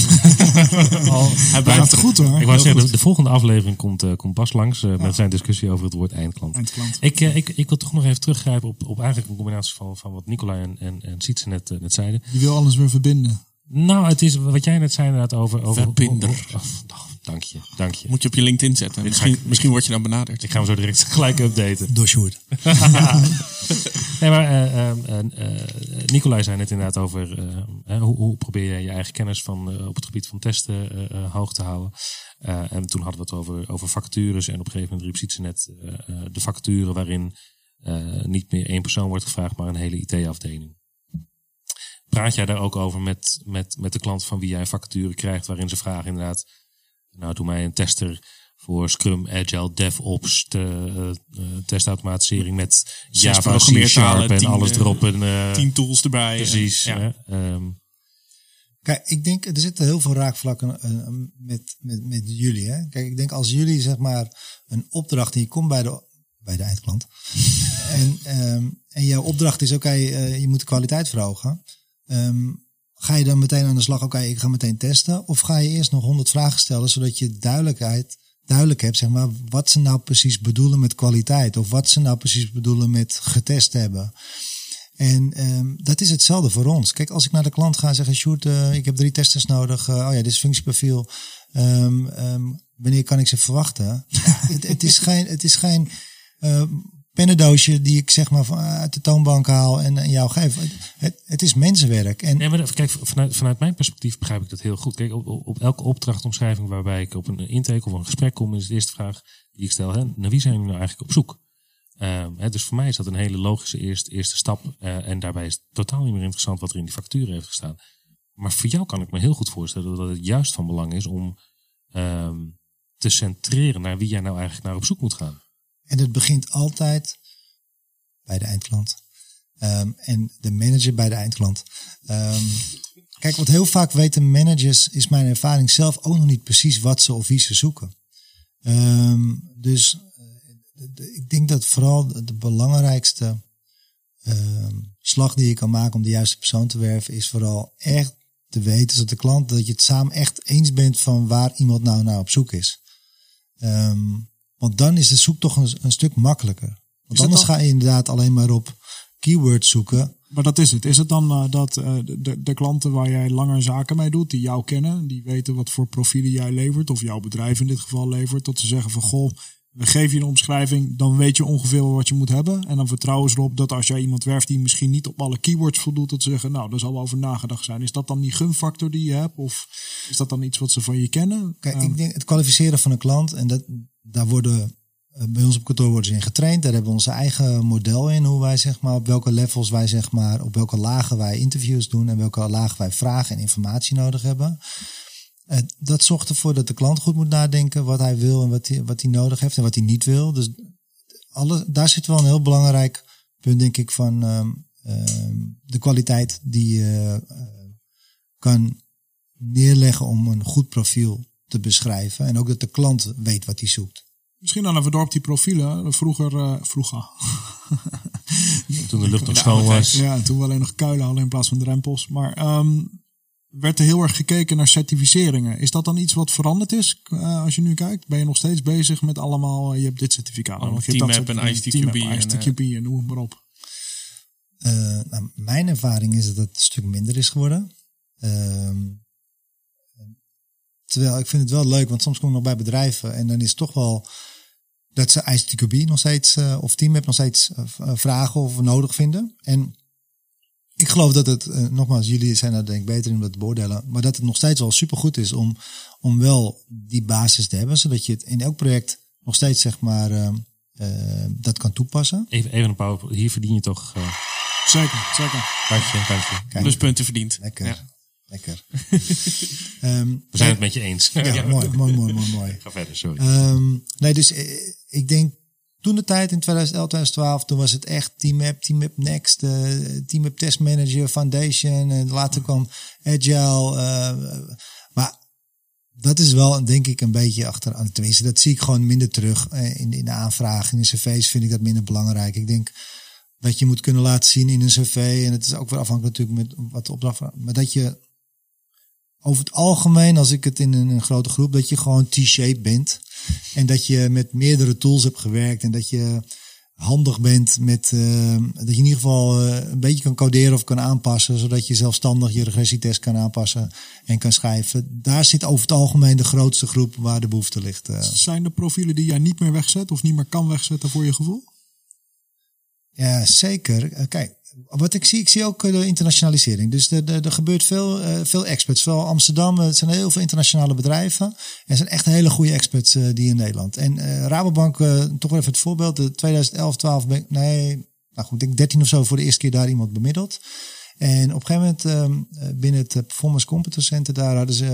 Hij blijft goed hoor. Ik wou zeggen, de volgende aflevering komt Bas langs met zijn discussie over het woord eindklant. Ik wil toch nog even teruggrijpen op eigenlijk een combinatie van wat Nicolai en Sietse net zeiden. Je wil alles weer verbinden. Nou, het is wat jij net zei inderdaad over verbinder. Dank je. Moet je op je LinkedIn zetten. Misschien word je dan benaderd. Ik ga hem zo direct gelijk updaten. Door Sjoerd. Nee, maar Nicolai zei net inderdaad over hoe probeer je je eigen kennis op het gebied van testen hoog te houden. En toen hadden we het over vacatures. En op een gegeven moment riep Sietse net de vacature waarin niet meer 1 persoon wordt gevraagd, maar een hele IT-afdeling. Praat jij daar ook over met de klant van wie jij een vacature krijgt, waarin ze vragen inderdaad, nou doe mij een tester voor Scrum, Agile, DevOps, testautomatisering met Java, C# en alles erop. En 10 tools erbij. Precies. Ja. Kijk, ik denk, er zitten heel veel raakvlakken met jullie. Hè? Kijk, ik denk als jullie zeg maar een opdracht en je komt bij de eindklant en jouw opdracht is oké, je moet de kwaliteit verhogen. Ga je dan meteen aan de slag, oké, ik ga meteen testen? Of ga je eerst nog 100 vragen stellen, zodat je duidelijk hebt, zeg maar, wat ze nou precies bedoelen met kwaliteit? Of wat ze nou precies bedoelen met getest hebben? En dat is hetzelfde voor ons. Kijk, als ik naar de klant ga en zeg, Sjoerd, ik heb 3 testers nodig. Dit is functieprofiel. Wanneer kan ik ze verwachten? Het is geen pennendoosje die ik zeg maar uit de toonbank haal en jou geef. Het is mensenwerk. En Nee, maar kijk, vanuit mijn perspectief begrijp ik dat heel goed. Kijk, op elke opdrachtomschrijving waarbij ik op een intake of een gesprek kom, is de eerste vraag die ik stel, naar wie zijn jullie nou eigenlijk op zoek? Dus voor mij is dat een hele logische eerste stap. En daarbij is het totaal niet meer interessant wat er in die vacature heeft gestaan. Maar voor jou kan ik me heel goed voorstellen dat het juist van belang is om te centreren naar wie jij nou eigenlijk naar op zoek moet gaan. En het begint altijd bij de eindklant. En de manager bij de eindklant. Kijk, wat heel vaak weten managers, is mijn ervaring zelf ook nog niet precies wat ze of wie ze zoeken. Dus ik denk dat vooral de belangrijkste slag die je kan maken om de juiste persoon te werven, is vooral echt te weten, zodat de klant, dat je het samen echt eens bent van waar iemand nou naar op zoek is. Want dan is de zoektocht een stuk makkelijker. Want anders ga je inderdaad alleen maar op keywords zoeken. Maar dat is het. Is het dan dat de klanten waar jij langer zaken mee doet, die jou kennen, die weten wat voor profielen jij levert, of jouw bedrijf in dit geval levert, tot ze zeggen van goh, we geven je een omschrijving, dan weet je ongeveer wat je moet hebben. En dan vertrouwen ze erop dat als jij iemand werft die misschien niet op alle keywords voldoet, dat ze zeggen, nou, daar zal wel over nagedacht zijn. Is dat dan die gunfactor die je hebt? Of is dat dan iets wat ze van je kennen? Kijk, ik denk het kwalificeren van een klant, en daar worden bij ons op kantoor worden ze in getraind. Daar hebben we onze eigen model in, hoe wij zeg maar op welke levels wij zeg maar op welke lagen wij interviews doen en welke lagen wij vragen en informatie nodig hebben. Dat zorgt ervoor dat de klant goed moet nadenken wat hij wil en wat hij nodig heeft en wat hij niet wil. Dus daar zit wel een heel belangrijk punt, denk ik, van de kwaliteit die je kan neerleggen om een goed profiel te beschrijven. En ook dat de klant weet wat hij zoekt. Misschien dan even door op die profielen. Vroeger. Toen de lucht nog schoon was. Ja, en toen we alleen nog kuilen hadden in plaats van drempels. Maar werd er heel erg gekeken naar certificeringen. Is dat dan iets wat veranderd is als je nu kijkt? Ben je nog steeds bezig met allemaal, je hebt dit certificaat. Teammap en ICTQB. ICTQB en noem maar op. Nou, mijn ervaring is dat het een stuk minder is geworden. Terwijl ik vind het wel leuk, want soms kom ik nog bij bedrijven en dan is het toch wel dat ze ICTQB nog steeds of Teammap nog steeds vragen of nodig vinden. En ik geloof dat het, nogmaals, jullie zijn daar denk ik beter in om dat te beoordelen, maar dat het nog steeds wel supergoed is om wel die basis te hebben, zodat je het in elk project nog steeds zeg maar dat kan toepassen. Even een pauze. Hier verdien je toch... Zeker. Dank je. Pluspunten verdiend. Lekker. Ja. Lekker. We zijn het met je eens. Ja, mooi. Ga verder, sorry. Nee, dus ik denk toen de tijd in 2011, 2012, toen was het echt Teammap Next, Teammap Test Manager, Foundation. En later kwam Agile. Maar dat is wel, denk ik, een beetje achteraan. Tenminste, dat zie ik gewoon minder terug in de aanvragen. In de cv's vind ik dat minder belangrijk. Ik denk dat je moet kunnen laten zien in een cv. En het is ook weer afhankelijk natuurlijk met wat de opdracht. Maar dat je over het algemeen, als ik het in een grote groep, dat je gewoon T-shaped bent. En dat je met meerdere tools hebt gewerkt. En dat je handig bent met, dat je in ieder geval een beetje kan coderen of kan aanpassen. Zodat je zelfstandig je regressietest kan aanpassen en kan schrijven. Daar zit over het algemeen de grootste groep waar de behoefte ligt. Zijn er profielen die jij niet meer wegzet of niet meer kan wegzetten voor je gevoel? Ja, zeker. Kijk, wat ik zie ook de internationalisering. Dus er gebeurt veel experts. Vooral Amsterdam, het zijn heel veel internationale bedrijven. Er zijn echt hele goede experts die in Nederland. En Rabobank, toch even het voorbeeld. 2011, 12, ik denk 13 of zo voor de eerste keer daar iemand bemiddeld. En op een gegeven moment binnen het Performance Competence Center, daar hadden ze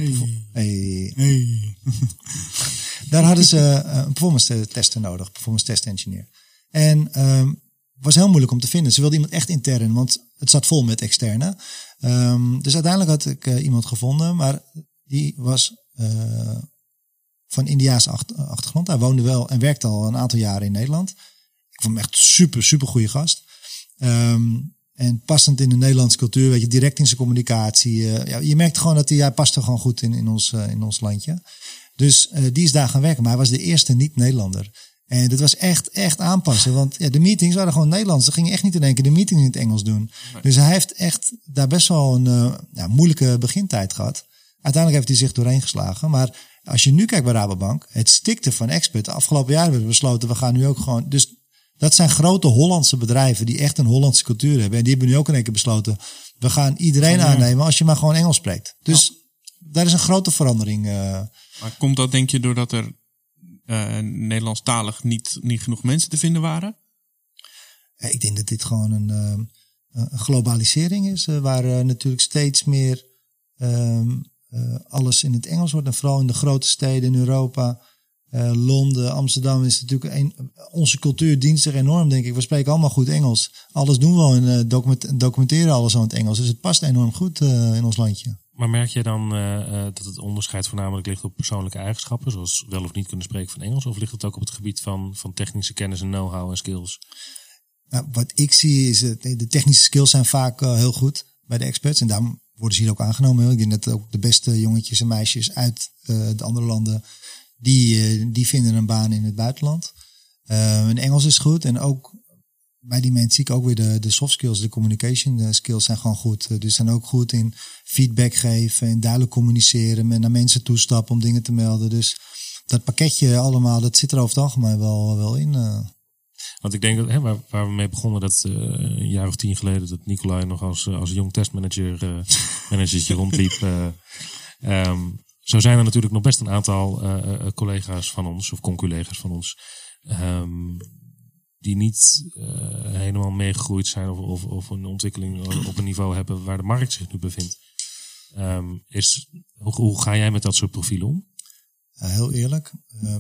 daar hadden ze een performance tester nodig, performance test engineer. En was heel moeilijk om te vinden. Ze wilden iemand echt intern, want het zat vol met externe. Dus uiteindelijk had ik iemand gevonden, maar die was van Indiaanse achtergrond. Hij woonde wel en werkte al een aantal jaren in Nederland. Ik vond hem echt super goede gast. En passend in de Nederlandse cultuur, weet je, direct in zijn communicatie. Je merkt gewoon dat hij paste gewoon goed in ons landje. Dus die is daar gaan werken, maar hij was de eerste niet-Nederlander. En dat was echt aanpassen, want ja, de meetings waren gewoon Nederlands. Ze gingen echt niet in één keer de meetings in het Engels doen. Nee. Dus hij heeft echt daar best wel een moeilijke begintijd gehad. Uiteindelijk heeft hij zich doorheen geslagen. Maar als je nu kijkt bij Rabobank, het stikte van expert. De afgelopen jaren hebben we besloten, we gaan nu ook gewoon... Dus dat zijn grote Hollandse bedrijven die echt een Hollandse cultuur hebben. En die hebben nu ook in één keer besloten, we gaan iedereen aannemen als je maar gewoon Engels spreekt. Dus daar is een grote verandering. Maar komt dat, denk je, doordat er Nederlandstalig niet genoeg mensen te vinden waren? Ik denk dat dit gewoon een globalisering is. Waar natuurlijk steeds meer alles in het Engels wordt. En vooral in de grote steden in Europa. Londen, Amsterdam is natuurlijk onze cultuur dient zich enorm, denk ik. We spreken allemaal goed Engels. Alles doen we al en documenteren alles al in het Engels. Dus het past enorm goed in ons landje. Maar merk je dan dat het onderscheid voornamelijk ligt op persoonlijke eigenschappen, zoals wel of niet kunnen spreken van Engels? Of ligt het ook op het gebied van technische kennis en know-how en skills? Nou, wat ik zie is, de technische skills zijn vaak heel goed bij de experts. En daarom worden ze hier ook aangenomen. Ik denk dat ook de beste jongetjes en meisjes uit de andere landen, die vinden een baan in het buitenland. En Engels is goed. En ook bij die mensen zie ik ook weer de soft skills, de communication skills zijn gewoon goed. Dus zijn ook goed in feedback geven en duidelijk communiceren. En naar mensen toestappen om dingen te melden. Dus dat pakketje allemaal, dat zit er over het algemeen wel in. Want ik denk dat waar we mee begonnen, dat een jaar of 10 geleden, dat Nicolai nog als jong testmanager managertje rondliep. Zo zijn er natuurlijk nog best een aantal collega's van ons, of conculega's van ons, die niet helemaal meegegroeid zijn of een ontwikkeling op een niveau hebben waar de markt zich nu bevindt. Hoe ga jij met dat soort profielen om? Heel eerlijk.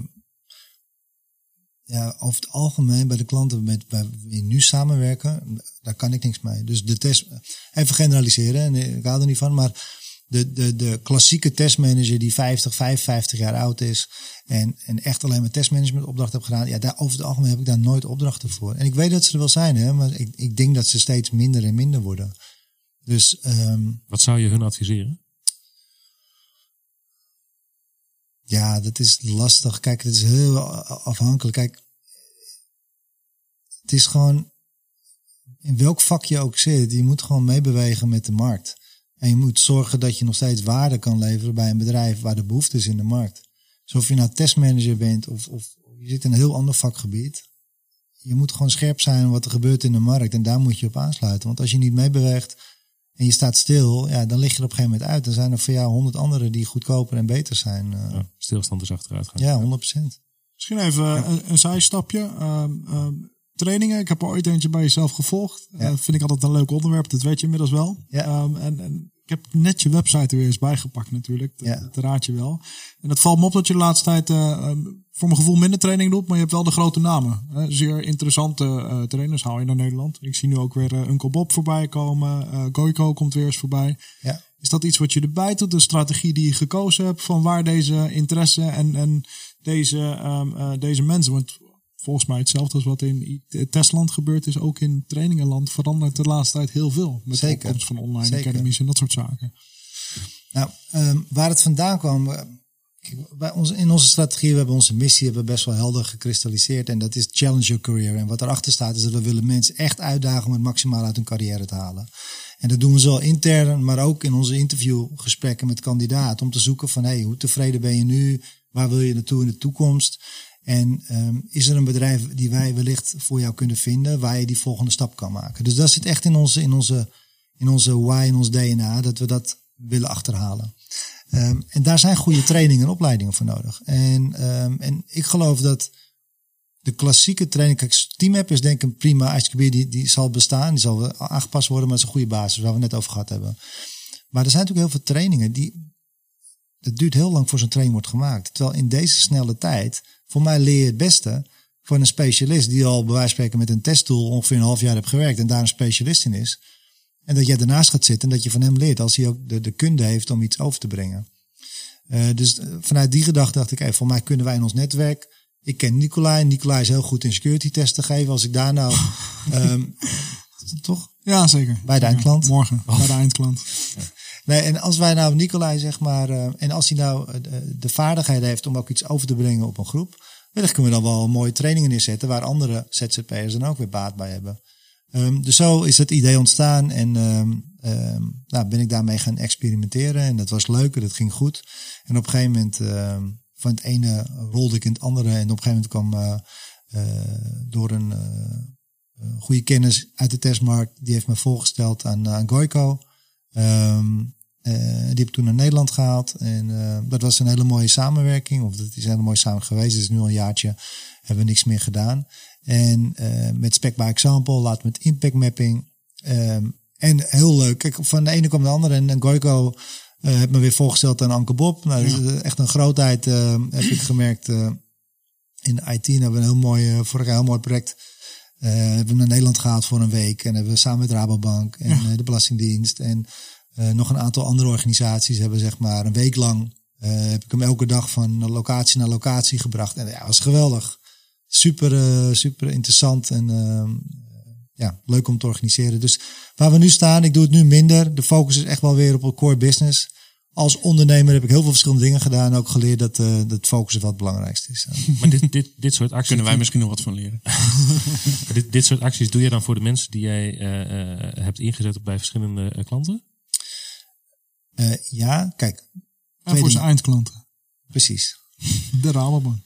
Over het algemeen bij de klanten met wie nu samenwerken, daar kan ik niks mee. Dus de test, even generaliseren, en ik hou er niet van, maar de klassieke testmanager die 50, 55 jaar oud is en echt alleen maar testmanagement opdracht heeft gedaan, daar over het algemeen heb ik daar nooit opdrachten voor. En ik weet dat ze er wel zijn, hè, maar ik denk dat ze steeds minder en minder worden. Dus wat zou je hun adviseren? Ja, dat is lastig. Kijk, het is heel afhankelijk. Kijk, het is gewoon, in welk vak je ook zit, je moet gewoon meebewegen met de markt. En je moet zorgen dat je nog steeds waarde kan leveren bij een bedrijf waar de behoefte is in de markt. Dus of je nou testmanager bent of je zit in een heel ander vakgebied. Je moet gewoon scherp zijn wat er gebeurt in de markt en daar moet je op aansluiten. Want als je niet meebeweegt en je staat stil, dan lig je er op een gegeven moment uit. Dan zijn er voor jou 100 anderen die goedkoper en beter zijn. Stilstand is achteruit gaan. Ja, 100%. Misschien even een zijstapje. Trainingen, ik heb er ooit eentje bij jezelf gevolgd. Vind ik altijd een leuk onderwerp, dat weet je inmiddels wel. Ja. En ik heb net je website er weer eens bijgepakt natuurlijk. Dat raad je wel. En het valt me op dat je de laatste tijd voor mijn gevoel minder training doet, maar je hebt wel de grote namen. Zeer interessante trainers haal je naar Nederland. Ik zie nu ook weer Uncle Bob voorbij komen. Goiko komt weer eens voorbij. Ja. Is dat iets wat je erbij doet? De strategie die je gekozen hebt van waar deze interesse en deze mensen... Want volgens mij hetzelfde als wat in testland gebeurd is, ook in trainingenland verandert de laatste tijd heel veel. Met de opkomst van online academies en dat soort zaken. Nou, waar het vandaan kwam, in onze strategie, we hebben onze missie best wel helder gekristalliseerd. En dat is challenge your career. En wat erachter staat is dat we willen mensen echt uitdagen om het maximaal uit hun carrière te halen. En dat doen we zowel intern, maar ook in onze interviewgesprekken met kandidaten. Om te zoeken van, hoe tevreden ben je nu? Waar wil je naartoe in de toekomst? En is er een bedrijf die wij wellicht voor jou kunnen vinden, waar je die volgende stap kan maken? Dus dat zit echt in onze why, in ons DNA, dat we dat willen achterhalen. En daar zijn goede trainingen en opleidingen voor nodig. En ik geloof dat de klassieke training, kijk, TeamApp is denk ik een prima IJsgebied, die zal bestaan, die zal aangepast worden, maar het is een goede basis, waar we net over gehad hebben. Maar er zijn natuurlijk heel veel trainingen het duurt heel lang voor zo'n training wordt gemaakt. Terwijl in deze snelle tijd, voor mij leer je het beste voor een specialist die al bij wijze van spreken met een testtool ongeveer een half jaar heeft gewerkt en daar een specialist in is. En dat jij daarnaast gaat zitten en dat je van hem leert als hij ook de kunde heeft om iets over te brengen. Dus vanuit die gedachte dacht ik, voor mij kunnen wij in ons netwerk. Ik ken Nicolai. Nicolai is heel goed in security testen geven. Als ik daar nou... toch? Ja, zeker. Bij de eindklant. Morgen, bij de eindklant. Ja. Nee, en als wij nou Nicolai zeg maar, en als hij nou de vaardigheden heeft om ook iets over te brengen op een groep, wellicht kunnen we dan wel mooie trainingen neerzetten waar andere ZZP'ers dan ook weer baat bij hebben. Dus zo is het idee ontstaan en ben ik daarmee gaan experimenteren. En dat was leuk, dat ging goed. En op een gegeven moment, van het ene rolde ik in het andere. En op een gegeven moment kwam door een goede kennis uit de testmarkt, die heeft me voorgesteld aan Goico. Die heb ik toen naar Nederland gehaald. En dat was een hele mooie samenwerking. Of dat is een hele mooie samen geweest. Het is nu al een jaartje. Hebben we niks meer gedaan. En met Spec by Example, later met Impact Mapping. En heel leuk. Kijk, van de ene kwam de andere. En Goico heeft me weer voorgesteld aan Anke Bob. Nou, dat is echt een grootheid, heb ik gemerkt. In de IT hebben we een vorig jaar een heel mooi project. Hebben we naar Nederland gehaald voor een week. En hebben we samen met Rabobank en de Belastingdienst. En nog een aantal andere organisaties hebben zeg maar een week lang. Heb ik hem elke dag van locatie naar locatie gebracht. En ja, was geweldig. Super, super interessant en leuk om te organiseren. Dus waar we nu staan, ik doe het nu minder. De focus is echt wel weer op een core business. Als ondernemer heb ik heel veel verschillende dingen gedaan. Ook geleerd dat focussen wat het belangrijkste is. Maar dit soort acties... Kunnen wij misschien nog wat van leren. dit soort acties doe je dan voor de mensen die jij hebt ingezet bij verschillende klanten? Ja, kijk. En voor zijn eindklanten. Precies. De Rabobank.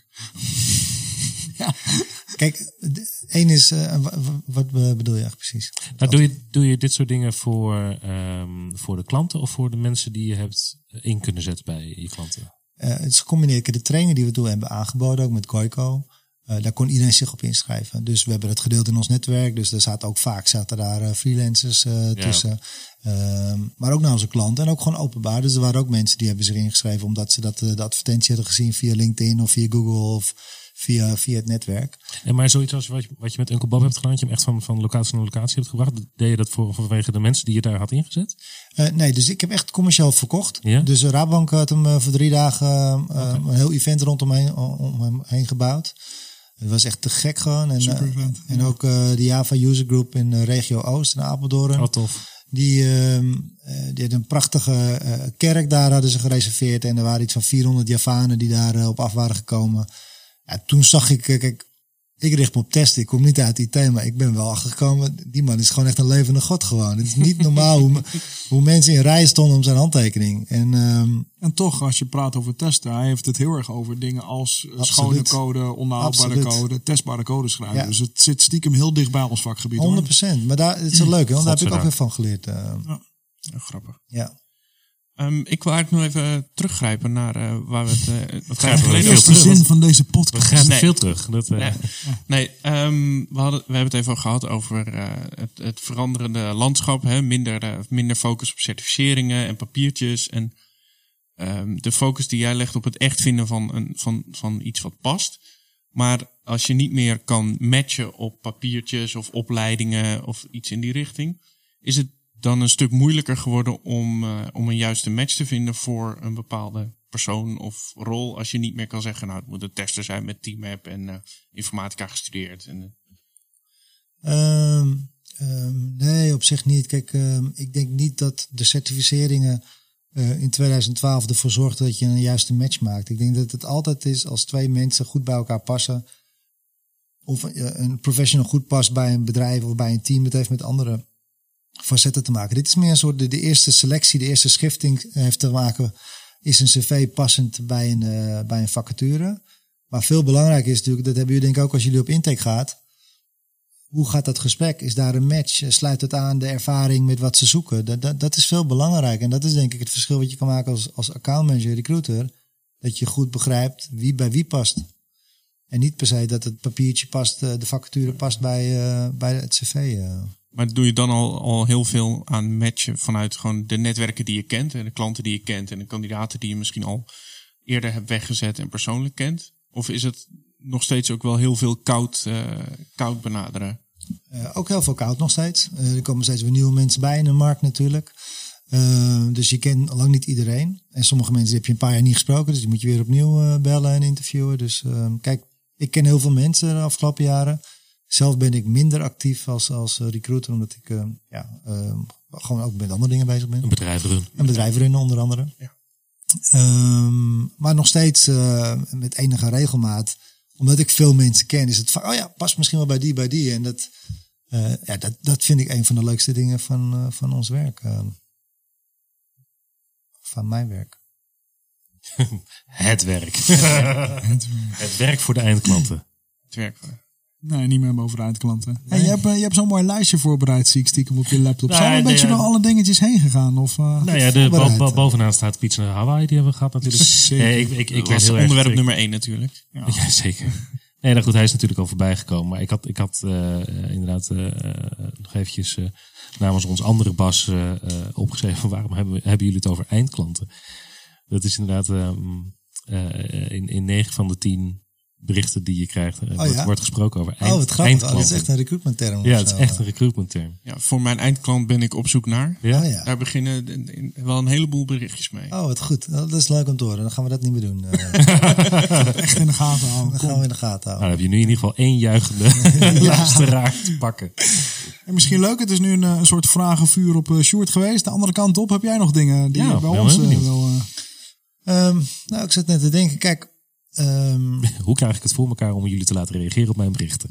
Ja. Kijk, één is, wat bedoel je echt precies? Nou, doe je dit soort dingen voor de klanten of voor de mensen die je hebt in kunnen zetten bij je klanten? Het is gecombineerd. De training die we toen hebben aangeboden, ook met Goico, daar kon iedereen zich op inschrijven. Dus we hebben het gedeeld in ons netwerk. Dus er zaten daar freelancers tussen. Maar ook naar onze klanten en ook gewoon openbaar. Dus er waren ook mensen die hebben zich ingeschreven omdat ze de advertentie hadden gezien via LinkedIn of via Google of via het netwerk. En maar zoiets als wat je met Uncle Bob hebt gedaan, dat je hem echt van locatie naar locatie hebt gebracht, deed je dat vanwege de mensen die je daar had ingezet? Nee, dus ik heb echt commercieel verkocht. Ja? Dus Rabobank had hem voor 3 dagen een heel event rondom hem heen gebouwd. Het was echt te gek gewoon. En ook de Java User Group in de regio Oost in Apeldoorn. Oh, tof. Die had een prachtige kerk daar hadden ze gereserveerd. En er waren iets van 400 Javanen die daar op af waren gekomen. Ja, toen zag ik, kijk, ik richt me op testen. Ik kom niet uit IT, maar ik ben wel achtergekomen. Die man is gewoon echt een levende god gewoon. Het is niet normaal hoe mensen in rij stonden om zijn handtekening. En toch, als je praat over testen, hij heeft het heel erg over dingen als schone code, onhoudbare code, testbare code schrijven. Ja. Dus het zit stiekem heel dicht bij ons vakgebied. 100%. Maar het is wel leuk, hè? Want daar heb ik ook weer van geleerd. Ja, grappig. Ja. Ik wil eigenlijk nog even teruggrijpen naar waar we het wat tijd geleden Dat is de zin van deze podcast. We gaan veel terug. We hebben het even gehad over het veranderende landschap. Hè? Minder focus op certificeringen en papiertjes. En de focus die jij legt op het echt vinden van iets wat past. Maar als je niet meer kan matchen op papiertjes of opleidingen of iets in die richting, is het dan een stuk moeilijker geworden om een juiste match te vinden voor een bepaalde persoon of rol. Als je niet meer kan zeggen, nou, het moet een tester zijn met TeamApp en informatica gestudeerd. Nee, op zich niet. Kijk, ik denk niet dat de certificeringen in 2012 ervoor zorgden dat je een juiste match maakt. Ik denk dat het altijd is als 2 mensen goed bij elkaar passen. Of een professional goed past bij een bedrijf of bij een team. Het heeft met andere facetten te maken. Dit is meer een soort de eerste selectie, de eerste schifting heeft te maken. Is een cv passend bij een vacature? Maar veel belangrijker is natuurlijk, dat hebben jullie denk ik ook als jullie op intake gaat. Hoe gaat dat gesprek? Is daar een match? Sluit het aan de ervaring met wat ze zoeken? Dat is veel belangrijker. En dat is denk ik het verschil wat je kan maken als accountmanager, recruiter. Dat je goed begrijpt wie bij wie past. En niet per se dat het papiertje past, de vacature past bij het cv. Maar doe je dan al heel veel aan matchen vanuit gewoon de netwerken die je kent en de klanten die je kent en de kandidaten die je misschien al eerder hebt weggezet en persoonlijk kent? Of is het nog steeds ook wel heel veel koud benaderen? Ook heel veel koud nog steeds. Er komen steeds weer nieuwe mensen bij in de markt natuurlijk. Dus je kent lang niet iedereen. En sommige mensen heb je een paar jaar niet gesproken, dus die moet je weer opnieuw bellen en interviewen. Dus kijk, ik ken heel veel mensen de afgelopen jaren. Zelf ben ik minder actief als recruiter, omdat ik gewoon ook met andere dingen bezig ben. Een bedrijf runnen. Een bedrijf runnen onder andere. Ja. Maar nog steeds met enige regelmaat, omdat ik veel mensen ken, is het van, past misschien wel bij die. En dat Dat vind ik een van de leukste dingen van ons werk. Van mijn werk. Het werk. Het werk voor de eindklanten. Het werk voor. Nee, niet meer over eindklanten. Nee. Hey, je hebt zo'n mooi lijstje voorbereid, zie ik stiekem op je laptop. Nee, Zijn we een beetje door alle dingetjes heen gegaan? Of, Nou ja, bovenaan staat Pizza Hawaii, die hebben we gehad natuurlijk. Zeker. Ik Dat werd was heel onderwerp erg nummer 1 natuurlijk. Ja, zeker. Nee, nou goed, hij is natuurlijk al voorbij gekomen. Maar ik had inderdaad nog eventjes namens ons andere Bas opgeschreven. Waarom hebben jullie het over eindklanten? Dat is inderdaad in 9 van de 10 berichten die je krijgt, wordt gesproken over eindklanten. Dat is echt een recruitment term. Ja, het is echt een recruitment term. Ja, voor mijn eindklant ben ik op zoek naar. Ja? Ja. Daar beginnen wel een heleboel berichtjes mee. Oh, wat goed. Dat is leuk om te horen. Dan gaan we dat niet meer doen. echt in de gaten houden. Dan gaan we in de gaten Nou, houden. dan heb je nu in ieder geval 1 juichende luisteraar te pakken. En misschien leuk, het is nu een soort vragenvuur op Sjoerd geweest. De andere kant op, heb jij nog dingen die Ja, je bij ben ons wel benieuwd. wil... Nou, ik zat net te denken. Kijk, Hoe krijg ik het voor elkaar om jullie te laten reageren op mijn berichten?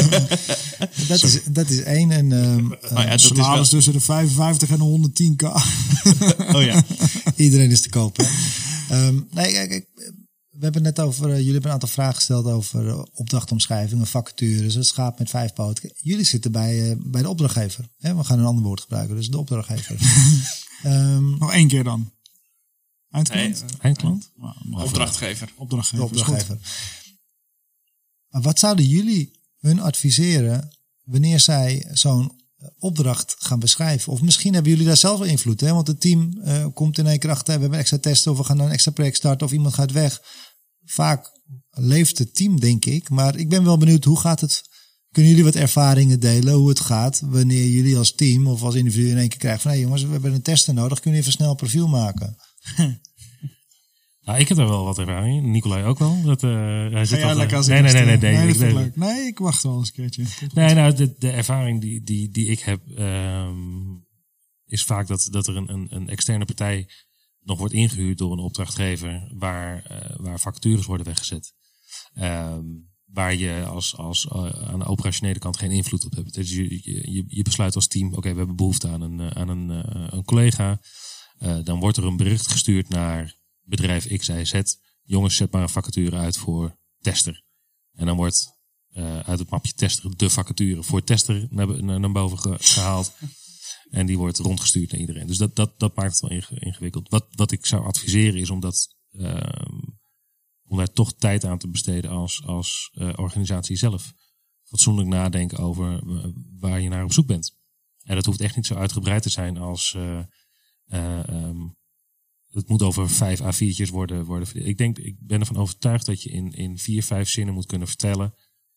dat is één. En, dat is wel... salaris tussen de 55 en de 110k. Oh ja. Iedereen is te koop. Hè? Nee, kijk, we hebben het net over... jullie hebben een aantal vragen gesteld over opdrachtomschrijvingen, vacatures. Het schaap met 5 poten. Jullie zitten bij de opdrachtgever. Hè? We gaan een ander woord gebruiken, dus de opdrachtgever. Nog 1 keer dan. Eindklant? Eindklant? Opdrachtgever. Opdrachtgever. De opdrachtgever. Maar wat zouden jullie hun adviseren wanneer zij zo'n opdracht gaan beschrijven? Of misschien hebben jullie daar zelf wel invloed. Hè? Want het team komt in één keer achter. We hebben extra testen of we gaan een extra project starten of iemand gaat weg. Vaak leeft het team, denk ik. Maar ik ben wel benieuwd, hoe gaat het? Kunnen jullie wat ervaringen delen hoe het gaat wanneer jullie als team of als individu in één keer krijgen van hé jongens, we hebben een tester nodig. Kunnen jullie even snel een profiel maken? Nou, ik heb er wel wat ervaring in. Nicolai ook wel. Hij zit Ja, al, lekker als nee, ik nee, dat vind ik nee. leuk. Nee, ik wacht wel eens een keertje. Nee, nou, de ervaring die ik heb, is vaak dat er een externe partij nog wordt ingehuurd door een opdrachtgever waar vacatures worden weggezet. Waar je als aan de operationele kant geen invloed op hebt. Dus je besluit als team, oké, we hebben behoefte aan een collega. Dan wordt er een bericht gestuurd naar bedrijf X, Y, Z. Jongens, zet maar een vacature uit voor tester. En dan wordt uit het mapje tester de vacature voor tester naar boven gehaald. En die wordt rondgestuurd naar iedereen. Dus dat maakt het wel ingewikkeld. Wat ik zou adviseren is om daar toch tijd aan te besteden als organisatie zelf. Fatsoenlijk nadenken over waar je naar op zoek bent. En dat hoeft echt niet zo uitgebreid te zijn als... het moet over 5 A4'tjes worden. Ik ben ervan overtuigd dat je in 4, 5 zinnen moet kunnen vertellen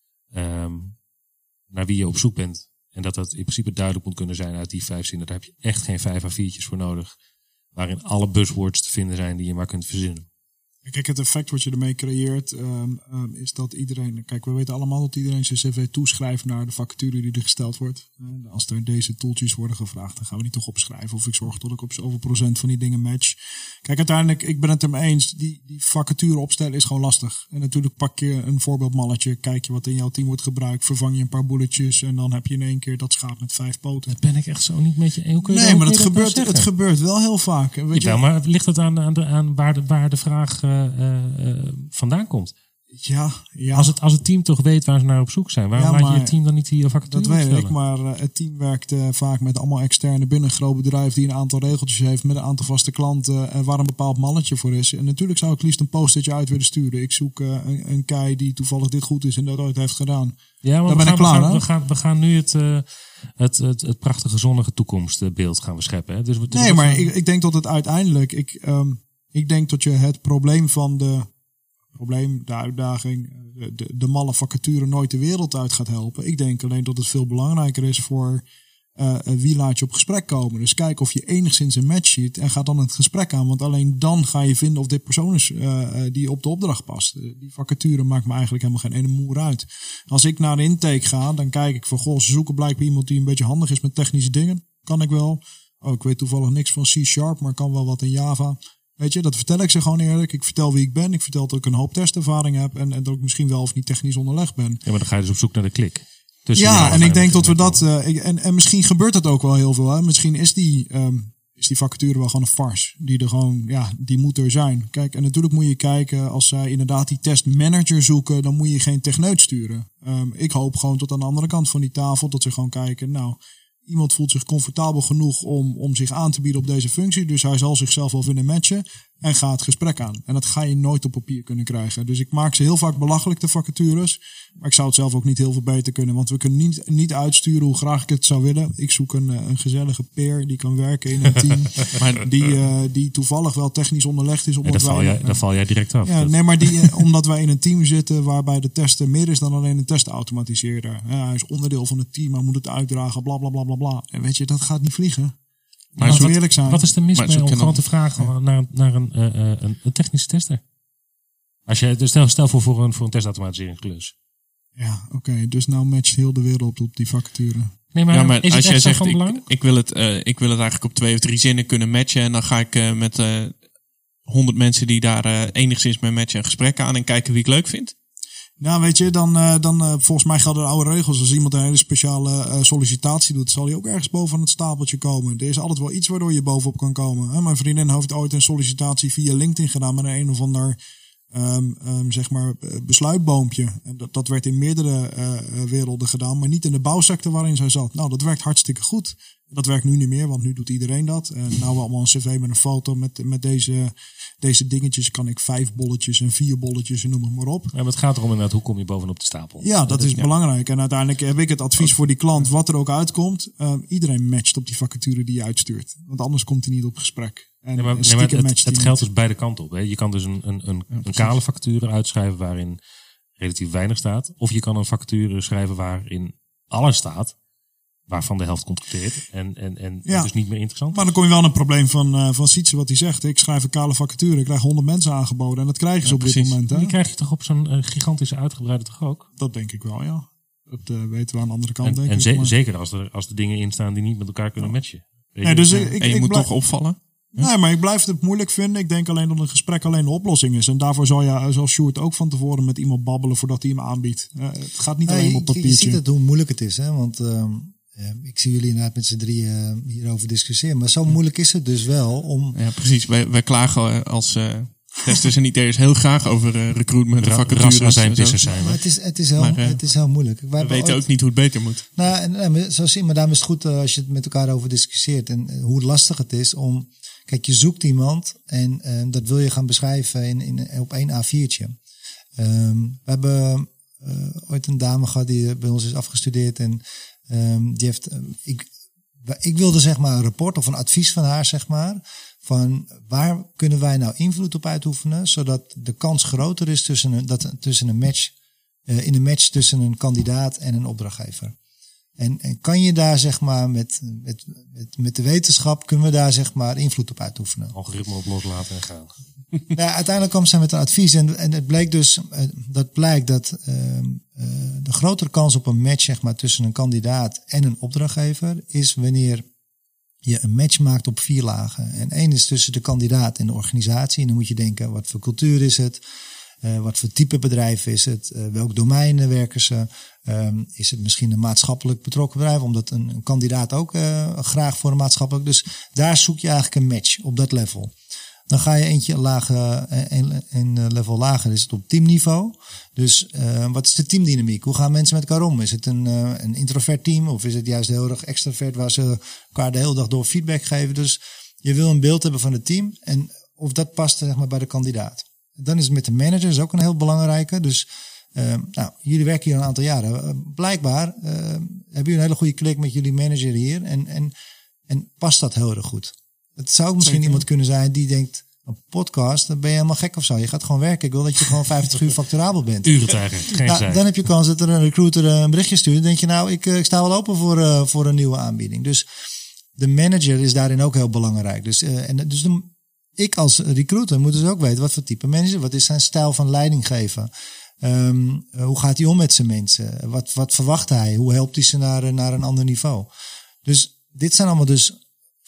naar wie je op zoek bent. En dat in principe duidelijk moet kunnen zijn uit die 5 zinnen. Daar heb je echt geen 5 A4'tjes voor nodig. Waarin alle buzzwords te vinden zijn die je maar kunt verzinnen. Kijk, het effect wat je ermee creëert is dat iedereen... Kijk, we weten allemaal dat iedereen zijn cv toeschrijft naar de vacature die er gesteld wordt. Als er deze tooltjes worden gevraagd, dan gaan we die toch opschrijven. Of ik zorg dat ik op zoveel procent van die dingen match. Kijk, uiteindelijk, ik ben het ermee eens. Die vacature opstellen is gewoon lastig. En natuurlijk pak je een voorbeeldmalletje. Kijk je wat in jouw team wordt gebruikt. Vervang je een paar bulletjes. En dan heb je in één keer dat schaap met 5 poten. Ben ik echt zo niet met je. Hoe kun je Nee, maar het gebeurt wel heel vaak. Weet Jawel, maar ligt het aan waar de vraag vandaan komt? Ja. Als het team toch weet waar ze naar op zoek zijn, waarom laat je het team dan niet die vacature Dat weet opstellen? ik, maar het team werkt vaak met allemaal externe binnen een groot bedrijf die een aantal regeltjes heeft met een aantal vaste klanten en waar een bepaald mannetje voor is. En natuurlijk zou ik liefst een post-itje uit willen sturen. Ik zoek een kei die toevallig dit goed is en dat ooit heeft gedaan. Ja, maar Dan ben ik klaar. we gaan nu het prachtige zonnige toekomstbeeld gaan we scheppen. Hè? Dus Nee, maar ik denk dat het uiteindelijk... Ik denk dat je het probleem van de uitdaging, de malle vacature nooit de wereld uit gaat helpen. Ik denk alleen dat het veel belangrijker is voor wie laat je op gesprek komen. Dus kijk of je enigszins een match ziet en ga dan het gesprek aan. Want alleen dan ga je vinden of dit persoon is die op de opdracht past. Die vacature maakt me eigenlijk helemaal geen ene moer uit. Als ik naar de intake ga, dan kijk ik van goh, ze zoeken blijkbaar iemand die een beetje handig is met technische dingen. Kan ik wel. Oh, ik weet toevallig niks van C#, maar kan wel wat in Java. Weet je, dat vertel ik ze gewoon eerlijk. Ik vertel wie ik ben. Ik vertel dat ik een hoop testervaring heb. En dat ik misschien wel of niet technisch onderlegd ben. Ja, maar dan ga je dus op zoek naar de klik. Ja, en ik denk dat we dat... En misschien gebeurt dat ook wel heel veel. Hè? Misschien is die vacature wel gewoon een farce. Die er gewoon, die moet er zijn. Kijk, en natuurlijk moet je kijken, als zij inderdaad die testmanager zoeken, dan moet je geen techneut sturen. Ik hoop gewoon tot aan de andere kant van die tafel dat ze gewoon kijken, nou, iemand voelt zich comfortabel genoeg om zich aan te bieden op deze functie. Dus hij zal zichzelf wel willen matchen en gaat het gesprek aan. En dat ga je nooit op papier kunnen krijgen. Dus ik maak ze heel vaak belachelijk, de vacatures. Maar ik zou het zelf ook niet heel veel beter kunnen. Want we kunnen niet uitsturen hoe graag ik het zou willen. Ik zoek een gezellige peer die kan werken in een team. Maar die toevallig wel technisch onderlegd is. Daar val jij direct af. Ja, nee, maar omdat wij in een team zitten waarbij de testen meer is dan alleen een testautomatiseerder. Hij is onderdeel van het team, hij moet het uitdragen, bla bla bla bla bla. En weet je, dat gaat niet vliegen. Maar eerlijk zijn. Wat is er mis mee om gewoon te vragen naar een technische tester? Als je stel voor een testautomatiseringsklus. Ja, oké. Dus nou matcht heel de wereld op die vacature. Nee, maar is als jij zegt, van belang? ik wil het eigenlijk op 2 of 3 zinnen kunnen matchen. En dan ga ik met 100 mensen die daar enigszins mee matchen een gesprek aan en kijken wie ik leuk vind. Nou, weet je, dan volgens mij gelden de oude regels. Als iemand een hele speciale sollicitatie doet, zal hij ook ergens bovenaan het stapeltje komen. Er is altijd wel iets waardoor je bovenop kan komen. Mijn vriendin heeft ooit een sollicitatie via LinkedIn gedaan met een of ander besluitboompje. En dat werd in meerdere werelden gedaan, maar niet in de bouwsector waarin zij zat. Nou, dat werkt hartstikke goed. Dat werkt nu niet meer, want nu doet iedereen dat. En nou we allemaal een cv met een foto met deze dingetjes. Kan ik 5 bolletjes en 4 bolletjes en noem het maar op. Ja, maar het gaat erom inderdaad, hoe kom je bovenop de stapel? Ja, dat is belangrijk. En uiteindelijk heb ik het advies voor die klant, wat er ook uitkomt. Iedereen matcht op die vacature die je uitstuurt. Want anders komt hij niet op gesprek. En het geldt dus beide kanten op. Hè. Je kan dus een kale vacature uitschrijven waarin relatief weinig staat. Of je kan een vacature schrijven waarin alles staat. Waarvan de helft contracteert. En dat is niet meer interessant. Maar dan kom je wel aan een probleem van Sietse wat hij zegt. Ik schrijf een kale vacature. Ik krijg 100 mensen aangeboden. En dat krijgen ze op dit moment. Hè? Die krijg je toch op zo'n gigantische uitgebreide toch ook? Dat denk ik wel, ja. Dat weten we aan de andere kant, denk ik. En zeker als er dingen in staan die niet met elkaar kunnen matchen. Nee, dus je moet toch opvallen? Nee, maar ik blijf het moeilijk vinden. Ik denk alleen dat een gesprek alleen de oplossing is. En daarvoor zal Sjoerd ook van tevoren met iemand babbelen voordat hij hem aanbiedt. Het gaat niet alleen op papiertje. Je ziet het hoe moeilijk het is, hè? Want ik zie jullie inderdaad met z'n drieën hierover discussiëren. Maar zo moeilijk is het dus wel om... Ja, precies. Wij klagen als testers en IT'ers heel graag over recruitment en vacatures. Maar het is heel moeilijk. We weten ook niet hoe het beter moet. Maar daarom is het goed als je het met elkaar over discussieert. En hoe lastig het is om... Kijk, je zoekt iemand en dat wil je gaan beschrijven op 1 A4'tje. We hebben ooit een dame gehad die bij ons is afgestudeerd. En die heeft... Ik wilde zeg maar een rapport of een advies van haar, zeg maar. Van waar kunnen wij nou invloed op uitoefenen, zodat de kans groter is in een match tussen een kandidaat en een opdrachtgever. En kan je daar zeg maar met de wetenschap kunnen we daar zeg maar invloed op uitoefenen. Algoritme op loslaten en gaan. Nou, uiteindelijk kwam zij met een advies en het bleek dus dat de grotere kans op een match zeg maar tussen een kandidaat en een opdrachtgever is wanneer je een match maakt op 4 lagen. En 1 is tussen de kandidaat en de organisatie. En dan moet je denken, wat voor cultuur is het? Wat voor type bedrijf is het? Welk domein werken ze? Is het misschien een maatschappelijk betrokken bedrijf? Omdat een kandidaat ook graag voor een maatschappelijk... Dus daar zoek je eigenlijk een match op dat level. Dan ga je een level lager, is het op teamniveau. Dus wat is de teamdynamiek? Hoe gaan mensen met elkaar om? Is het een introvert team of is het juist heel erg extrovert waar ze elkaar de hele dag door feedback geven? Dus je wil een beeld hebben van het team en of dat past zeg maar bij de kandidaat. Dan is het met de manager, is ook een heel belangrijke. Dus jullie werken hier een aantal jaren. Blijkbaar hebben jullie een hele goede klik met jullie manager hier en past dat heel erg goed. Het zou ook misschien iemand kunnen zijn die denkt, een podcast, dan ben je helemaal gek of zo. Je gaat gewoon werken. Ik wil dat je gewoon 50 uur facturabel bent. Uren dan heb je kans dat er een recruiter een berichtje stuurt. Dan denk je, nou, ik sta wel open voor een nieuwe aanbieding. Dus de manager is daarin ook heel belangrijk. Dus ik als recruiter moet dus ook weten, wat voor type manager, wat is zijn stijl van leiding geven? Hoe gaat hij om met zijn mensen? Wat verwacht hij? Hoe helpt hij ze naar een ander niveau? Dus dit zijn allemaal dus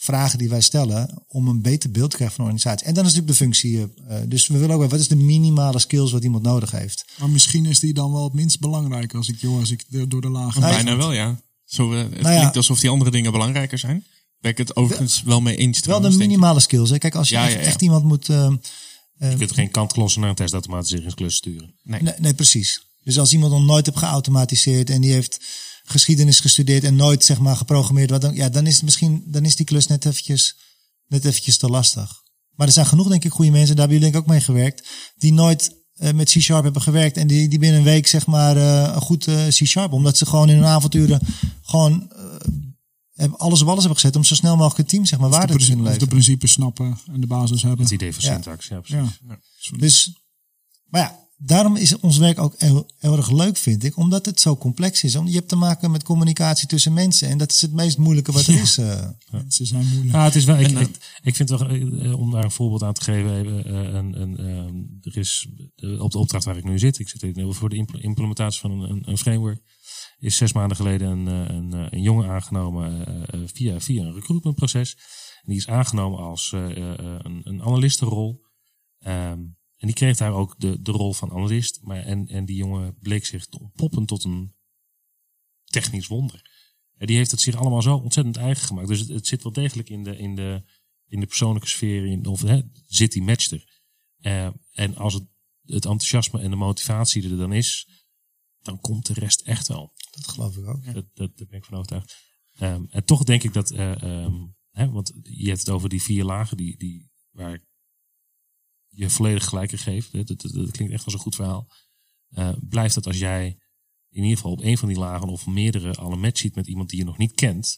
vragen die wij stellen om een beter beeld te krijgen van een organisatie. En dan is natuurlijk de functie. Dus we willen ook wat is de minimale skills wat iemand nodig heeft. Maar misschien is die dan wel het minst belangrijk als ik door de lagen... Bijna wel, ja. Het klinkt alsof die andere dingen belangrijker zijn. Daar ben ik het overigens wel mee eens. Wel de minimale skills. Hè? Kijk, als je echt iemand moet... je kunt geen kantklossen naar een testautomatiseringsklus sturen. Nee, precies. Dus als iemand nog nooit heeft geautomatiseerd en die heeft geschiedenis gestudeerd en nooit zeg maar geprogrammeerd, dan is het misschien, dan is die klus net eventjes te lastig. Maar er zijn genoeg, denk ik, goede mensen, daar hebben jullie denk ik ook mee gewerkt, die nooit met C# hebben gewerkt en die binnen een week zeg maar een goed C#, omdat ze gewoon in hun avonturen gewoon alles op alles hebben gezet om zo snel mogelijk het team zeg maar waarde te kunnen leveren. De principes snappen en de basis hebben. Het idee van syntax, ja precies. Ja. Dus, maar ja, daarom is ons werk ook heel erg leuk, vind ik. Omdat het zo complex is. Je hebt te maken met communicatie tussen mensen. En dat is het meest moeilijke wat er is. Mensen zijn moeilijk. Ja, het is wel, ik vind wel, om daar een voorbeeld aan te geven. Er is op de opdracht waar ik nu zit. Ik zit voor de implementatie van een framework. Is 6 maanden geleden een jongen aangenomen via een recruitmentproces. En die is aangenomen als een analistenrol. En die kreeg daar ook de rol van analist. En die jongen bleek zich te ontpoppen tot een technisch wonder. En die heeft het zich allemaal zo ontzettend eigen gemaakt. Dus het zit wel degelijk in de persoonlijke sfeer. Zit die match er. En als het enthousiasme en de motivatie er dan is, dan komt de rest echt wel. Dat geloof ik ook. Ja. Daar ben ik van overtuigd. En toch denk ik dat, want je hebt het over die 4 lagen waar je volledig gelijk in geeft. Dat klinkt echt als een goed verhaal. Blijft dat als jij in ieder geval op een van die lagen of meerdere al een match ziet met iemand die je nog niet kent,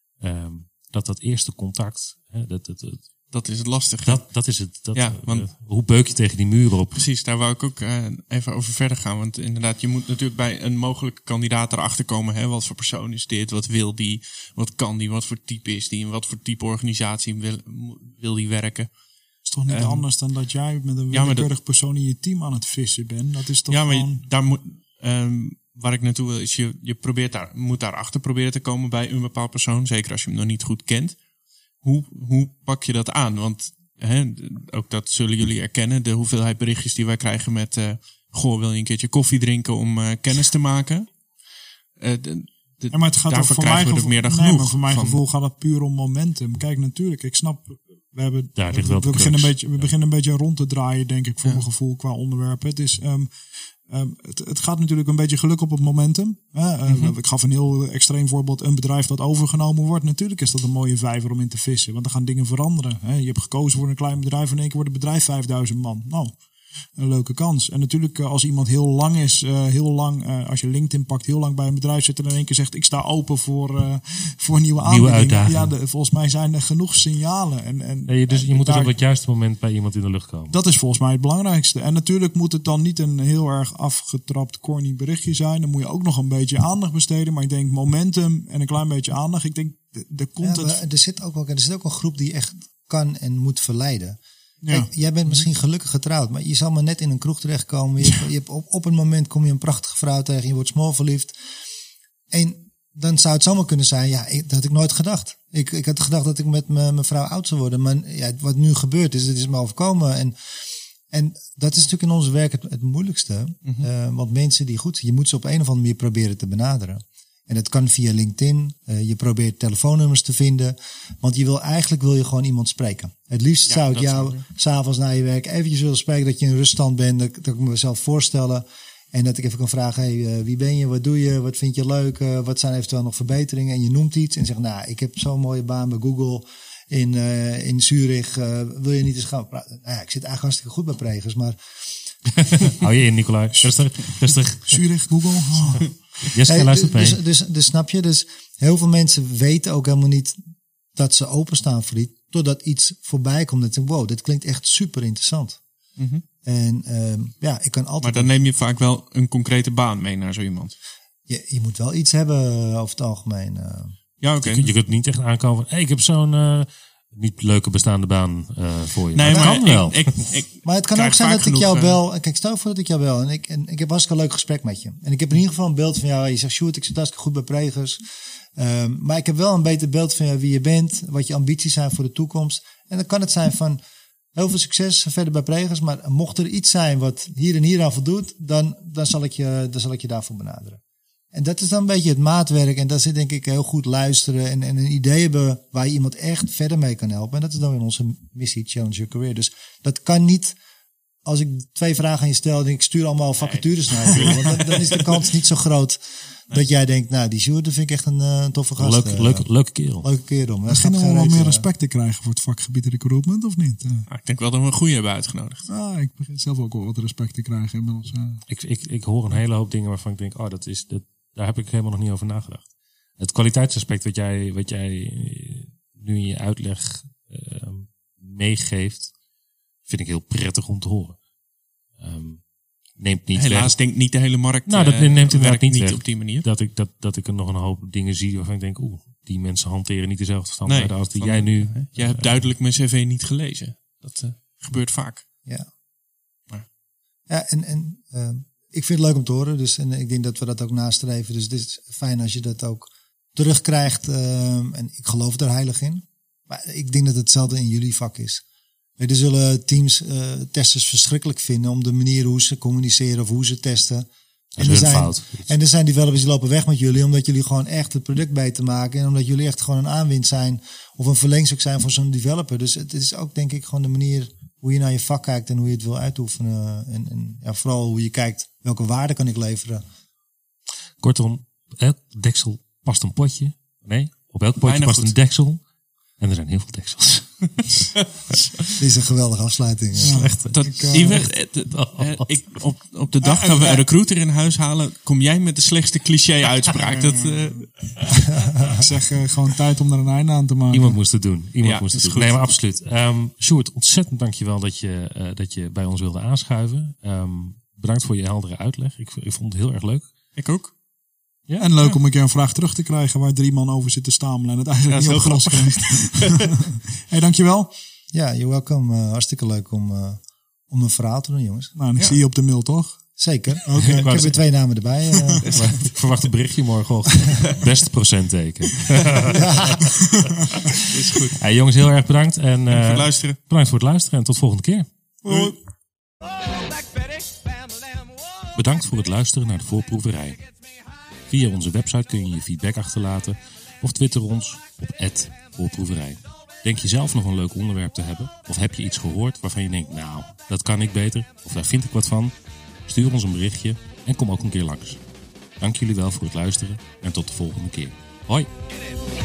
dat eerste contact, dat is het lastige. Dat is het. Want hoe beuk je tegen die muren op? Precies, daar wou ik ook even over verder gaan. Want inderdaad, je moet natuurlijk bij een mogelijke kandidaat erachter komen. Hè, wat voor persoon is dit? Wat wil die? Wat kan die? Wat voor type is die? En wat voor type organisatie wil die werken? Het is toch niet anders dan dat jij met een willekeurig persoon in je team aan het vissen bent? Dat is toch gewoon... daar moet... waar ik naartoe wil is, je moet daarachter proberen te komen bij een bepaald persoon. Zeker als je hem nog niet goed kent. Hoe pak je dat aan? Want ook dat zullen jullie erkennen. De hoeveelheid berichtjes die wij krijgen met... wil je een keertje koffie drinken om kennis te maken? Maar het gaat daarvoor voor krijgen mij we er meer dan genoeg. Maar voor mijn gevoel gaat het puur om momentum. Kijk, natuurlijk, ik snap... We beginnen een beetje rond te draaien, denk ik, voor mijn gevoel qua onderwerpen. Het is... het gaat natuurlijk een beetje geluk op het momentum. Ik gaf een heel extreem voorbeeld. Een bedrijf dat overgenomen wordt. Natuurlijk is dat een mooie vijver om in te vissen. Want dan gaan dingen veranderen. Je hebt gekozen voor een klein bedrijf. En in één keer wordt het bedrijf 5000 man. Nou, een leuke kans. En natuurlijk als iemand heel lang, als je LinkedIn pakt, heel lang bij een bedrijf zit en in één keer zegt, ik sta open voor nieuwe uitdagingen. Ja, volgens mij zijn er genoeg signalen. Dus je moet dus op het juiste moment bij iemand in de lucht komen. Dat is volgens mij het belangrijkste. En natuurlijk moet het dan niet een heel erg afgetrapt corny berichtje zijn. Dan moet je ook nog een beetje aandacht besteden. Maar ik denk momentum en een klein beetje aandacht. Ik denk, er zit ook een groep die echt kan en moet verleiden. Ja. Kijk, jij bent misschien gelukkig getrouwd, maar je zal maar net in een kroeg terechtkomen. Je hebt op een moment kom je een prachtige vrouw tegen, je wordt smoorverliefd. En dan zou het zomaar kunnen zijn, dat had ik nooit gedacht. Ik had gedacht dat ik met mijn vrouw oud zou worden. Maar wat nu gebeurd is, het is me overkomen. En dat is natuurlijk in ons werk het moeilijkste. Want mensen die goed zijn, je moet ze op een of andere manier proberen te benaderen. En dat kan via LinkedIn. Je probeert telefoonnummers te vinden. Want wil je gewoon iemand spreken. Het liefst zou ik jou s'avonds na je werk eventjes willen spreken. Dat je in ruststand bent. Dat ik mezelf voorstellen. En dat ik even kan vragen. Wie ben je? Wat doe je? Wat vind je leuk? Wat zijn eventueel nog verbeteringen? En je noemt iets. En zegt, ik heb zo'n mooie baan bij Google in Zurich. Wil je niet eens gaan praten? Ik zit eigenlijk hartstikke goed bij Pregers. Maar... Hou je in, Nicolai. Rustig. Zurich, Google. Oh. Jessica luistert mee. Dus snap je? Dus heel veel mensen weten ook helemaal niet dat ze openstaan voor iets. Totdat iets voorbij komt. En denken, wow, dit klinkt echt super interessant. En ik kan altijd... Maar dan neem je vaak wel een concrete baan mee naar zo iemand. Je moet wel iets hebben over het algemeen. Ja, oké. Je kunt niet echt aankomen van, ik heb zo'n niet leuke bestaande baan voor je. Nee, maar het kan wel. Maar het kan krijg ook zijn vaak dat ik jou genoeg, bel. Kijk, stel voor dat ik jou bel. En ik heb een hartstikke leuk gesprek met je. En ik heb in ieder geval een beeld van jou. Je zegt, Sjoerd, ik zit hartstikke goed bij Pregers. Maar ik heb wel een beter beeld van jou, wie je bent. Wat je ambities zijn voor de toekomst. En dan kan het zijn van heel veel succes verder bij Pregers. Maar mocht er iets zijn wat hier en hier aan voldoet. Dan zal ik je daarvoor benaderen. En dat is dan een beetje het maatwerk. En dat zit denk ik heel goed luisteren. En een idee hebben waar je iemand echt verder mee kan helpen. En dat is dan in onze missie Challenge Your Career. Dus dat kan niet als ik 2 vragen aan je stel. En ik stuur allemaal vacatures naar je toe. Want dan is de kans niet zo groot dat jij denkt. Nou, die Sjoerd, dat vind ik echt een toffe gast. Leuke kerel. Leuke kerel. Maar Beginnen we wel meer respect te krijgen voor het vakgebied recruitment, of niet? Ik denk wel dat we een goeie hebben uitgenodigd. Ik begin zelf ook wel wat respect te krijgen inmiddels. Ik hoor een hele hoop dingen waarvan ik denk, daar heb ik helemaal nog niet over nagedacht. Het kwaliteitsaspect wat jij nu in je uitleg meegeeft, vind ik heel prettig om te horen. Neemt niet Helaas weg. denkt niet de hele markt. Dat neemt inderdaad werkt niet niet weg. op die manier. Dat ik er nog een hoop dingen zie waarvan ik denk, die mensen hanteren niet dezelfde standaarden als die jij nu. Jij hebt duidelijk mijn cv niet gelezen. Dat gebeurt vaak. Ja. Maar. Ja, en ik vind het leuk om te horen. Dus, en ik denk dat we dat ook nastreven. Dus het is fijn als je dat ook terugkrijgt. En ik geloof er heilig in. Maar ik denk dat hetzelfde in jullie vak is. Er zullen teams testers verschrikkelijk vinden om de manier hoe ze communiceren of hoe ze testen. Dat is hun fout. En er zijn developers die lopen weg met jullie omdat jullie gewoon echt het product beter maken. En omdat jullie echt gewoon een aanwinst zijn of een verlengstuk zijn voor zo'n developer. Dus het is ook denk ik gewoon de manier hoe je naar je vak kijkt en hoe je het wil uitoefenen. En vooral hoe je kijkt welke waarde kan ik leveren. Kortom, elk deksel past een potje. Nee, op elk potje Bijna past goed. een deksel. En er zijn heel veel deksels. Dit is een geweldige afsluiting. Slecht. Op de dag dat we een recruiter in huis halen, kom jij met de slechtste cliché-uitspraak. Ik zeg gewoon tijd om er een einde aan te maken. Iemand moest het doen. is goed. Nee, maar absoluut. Sjoerd, ontzettend dankjewel dat je bij ons wilde aanschuiven. Bedankt voor je heldere uitleg. Ik vond het heel erg leuk. Ik ook. Ja? En leuk om een keer een vraag terug te krijgen waar 3 man over zitten stamelen en het eigenlijk Ja, niet dat is opgelost krijgt. Hey, dankjewel. Ja, you're welcome. Hartstikke leuk om een verhaal te doen, jongens. Nou, en ik zie je op de mail, toch? Zeker. Ik heb weer 2 namen erbij. Ik verwacht een berichtje morgenochtend. Beste procentteken. Is goed. Hey, jongens, heel erg bedankt. En Voor het luisteren. bedankt voor het luisteren en tot volgende keer. Hoi. Black Betty, bam, lam, whoa. Bedankt voor het luisteren naar de voorproeverij. Via onze website kun je je feedback achterlaten of twitter ons op @voorproeverij. Denk je zelf nog een leuk onderwerp te hebben? Of heb je iets gehoord waarvan je denkt, nou, dat kan ik beter of daar vind ik wat van? Stuur ons een berichtje en kom ook een keer langs. Dank jullie wel voor het luisteren en tot de volgende keer. Hoi! Get it.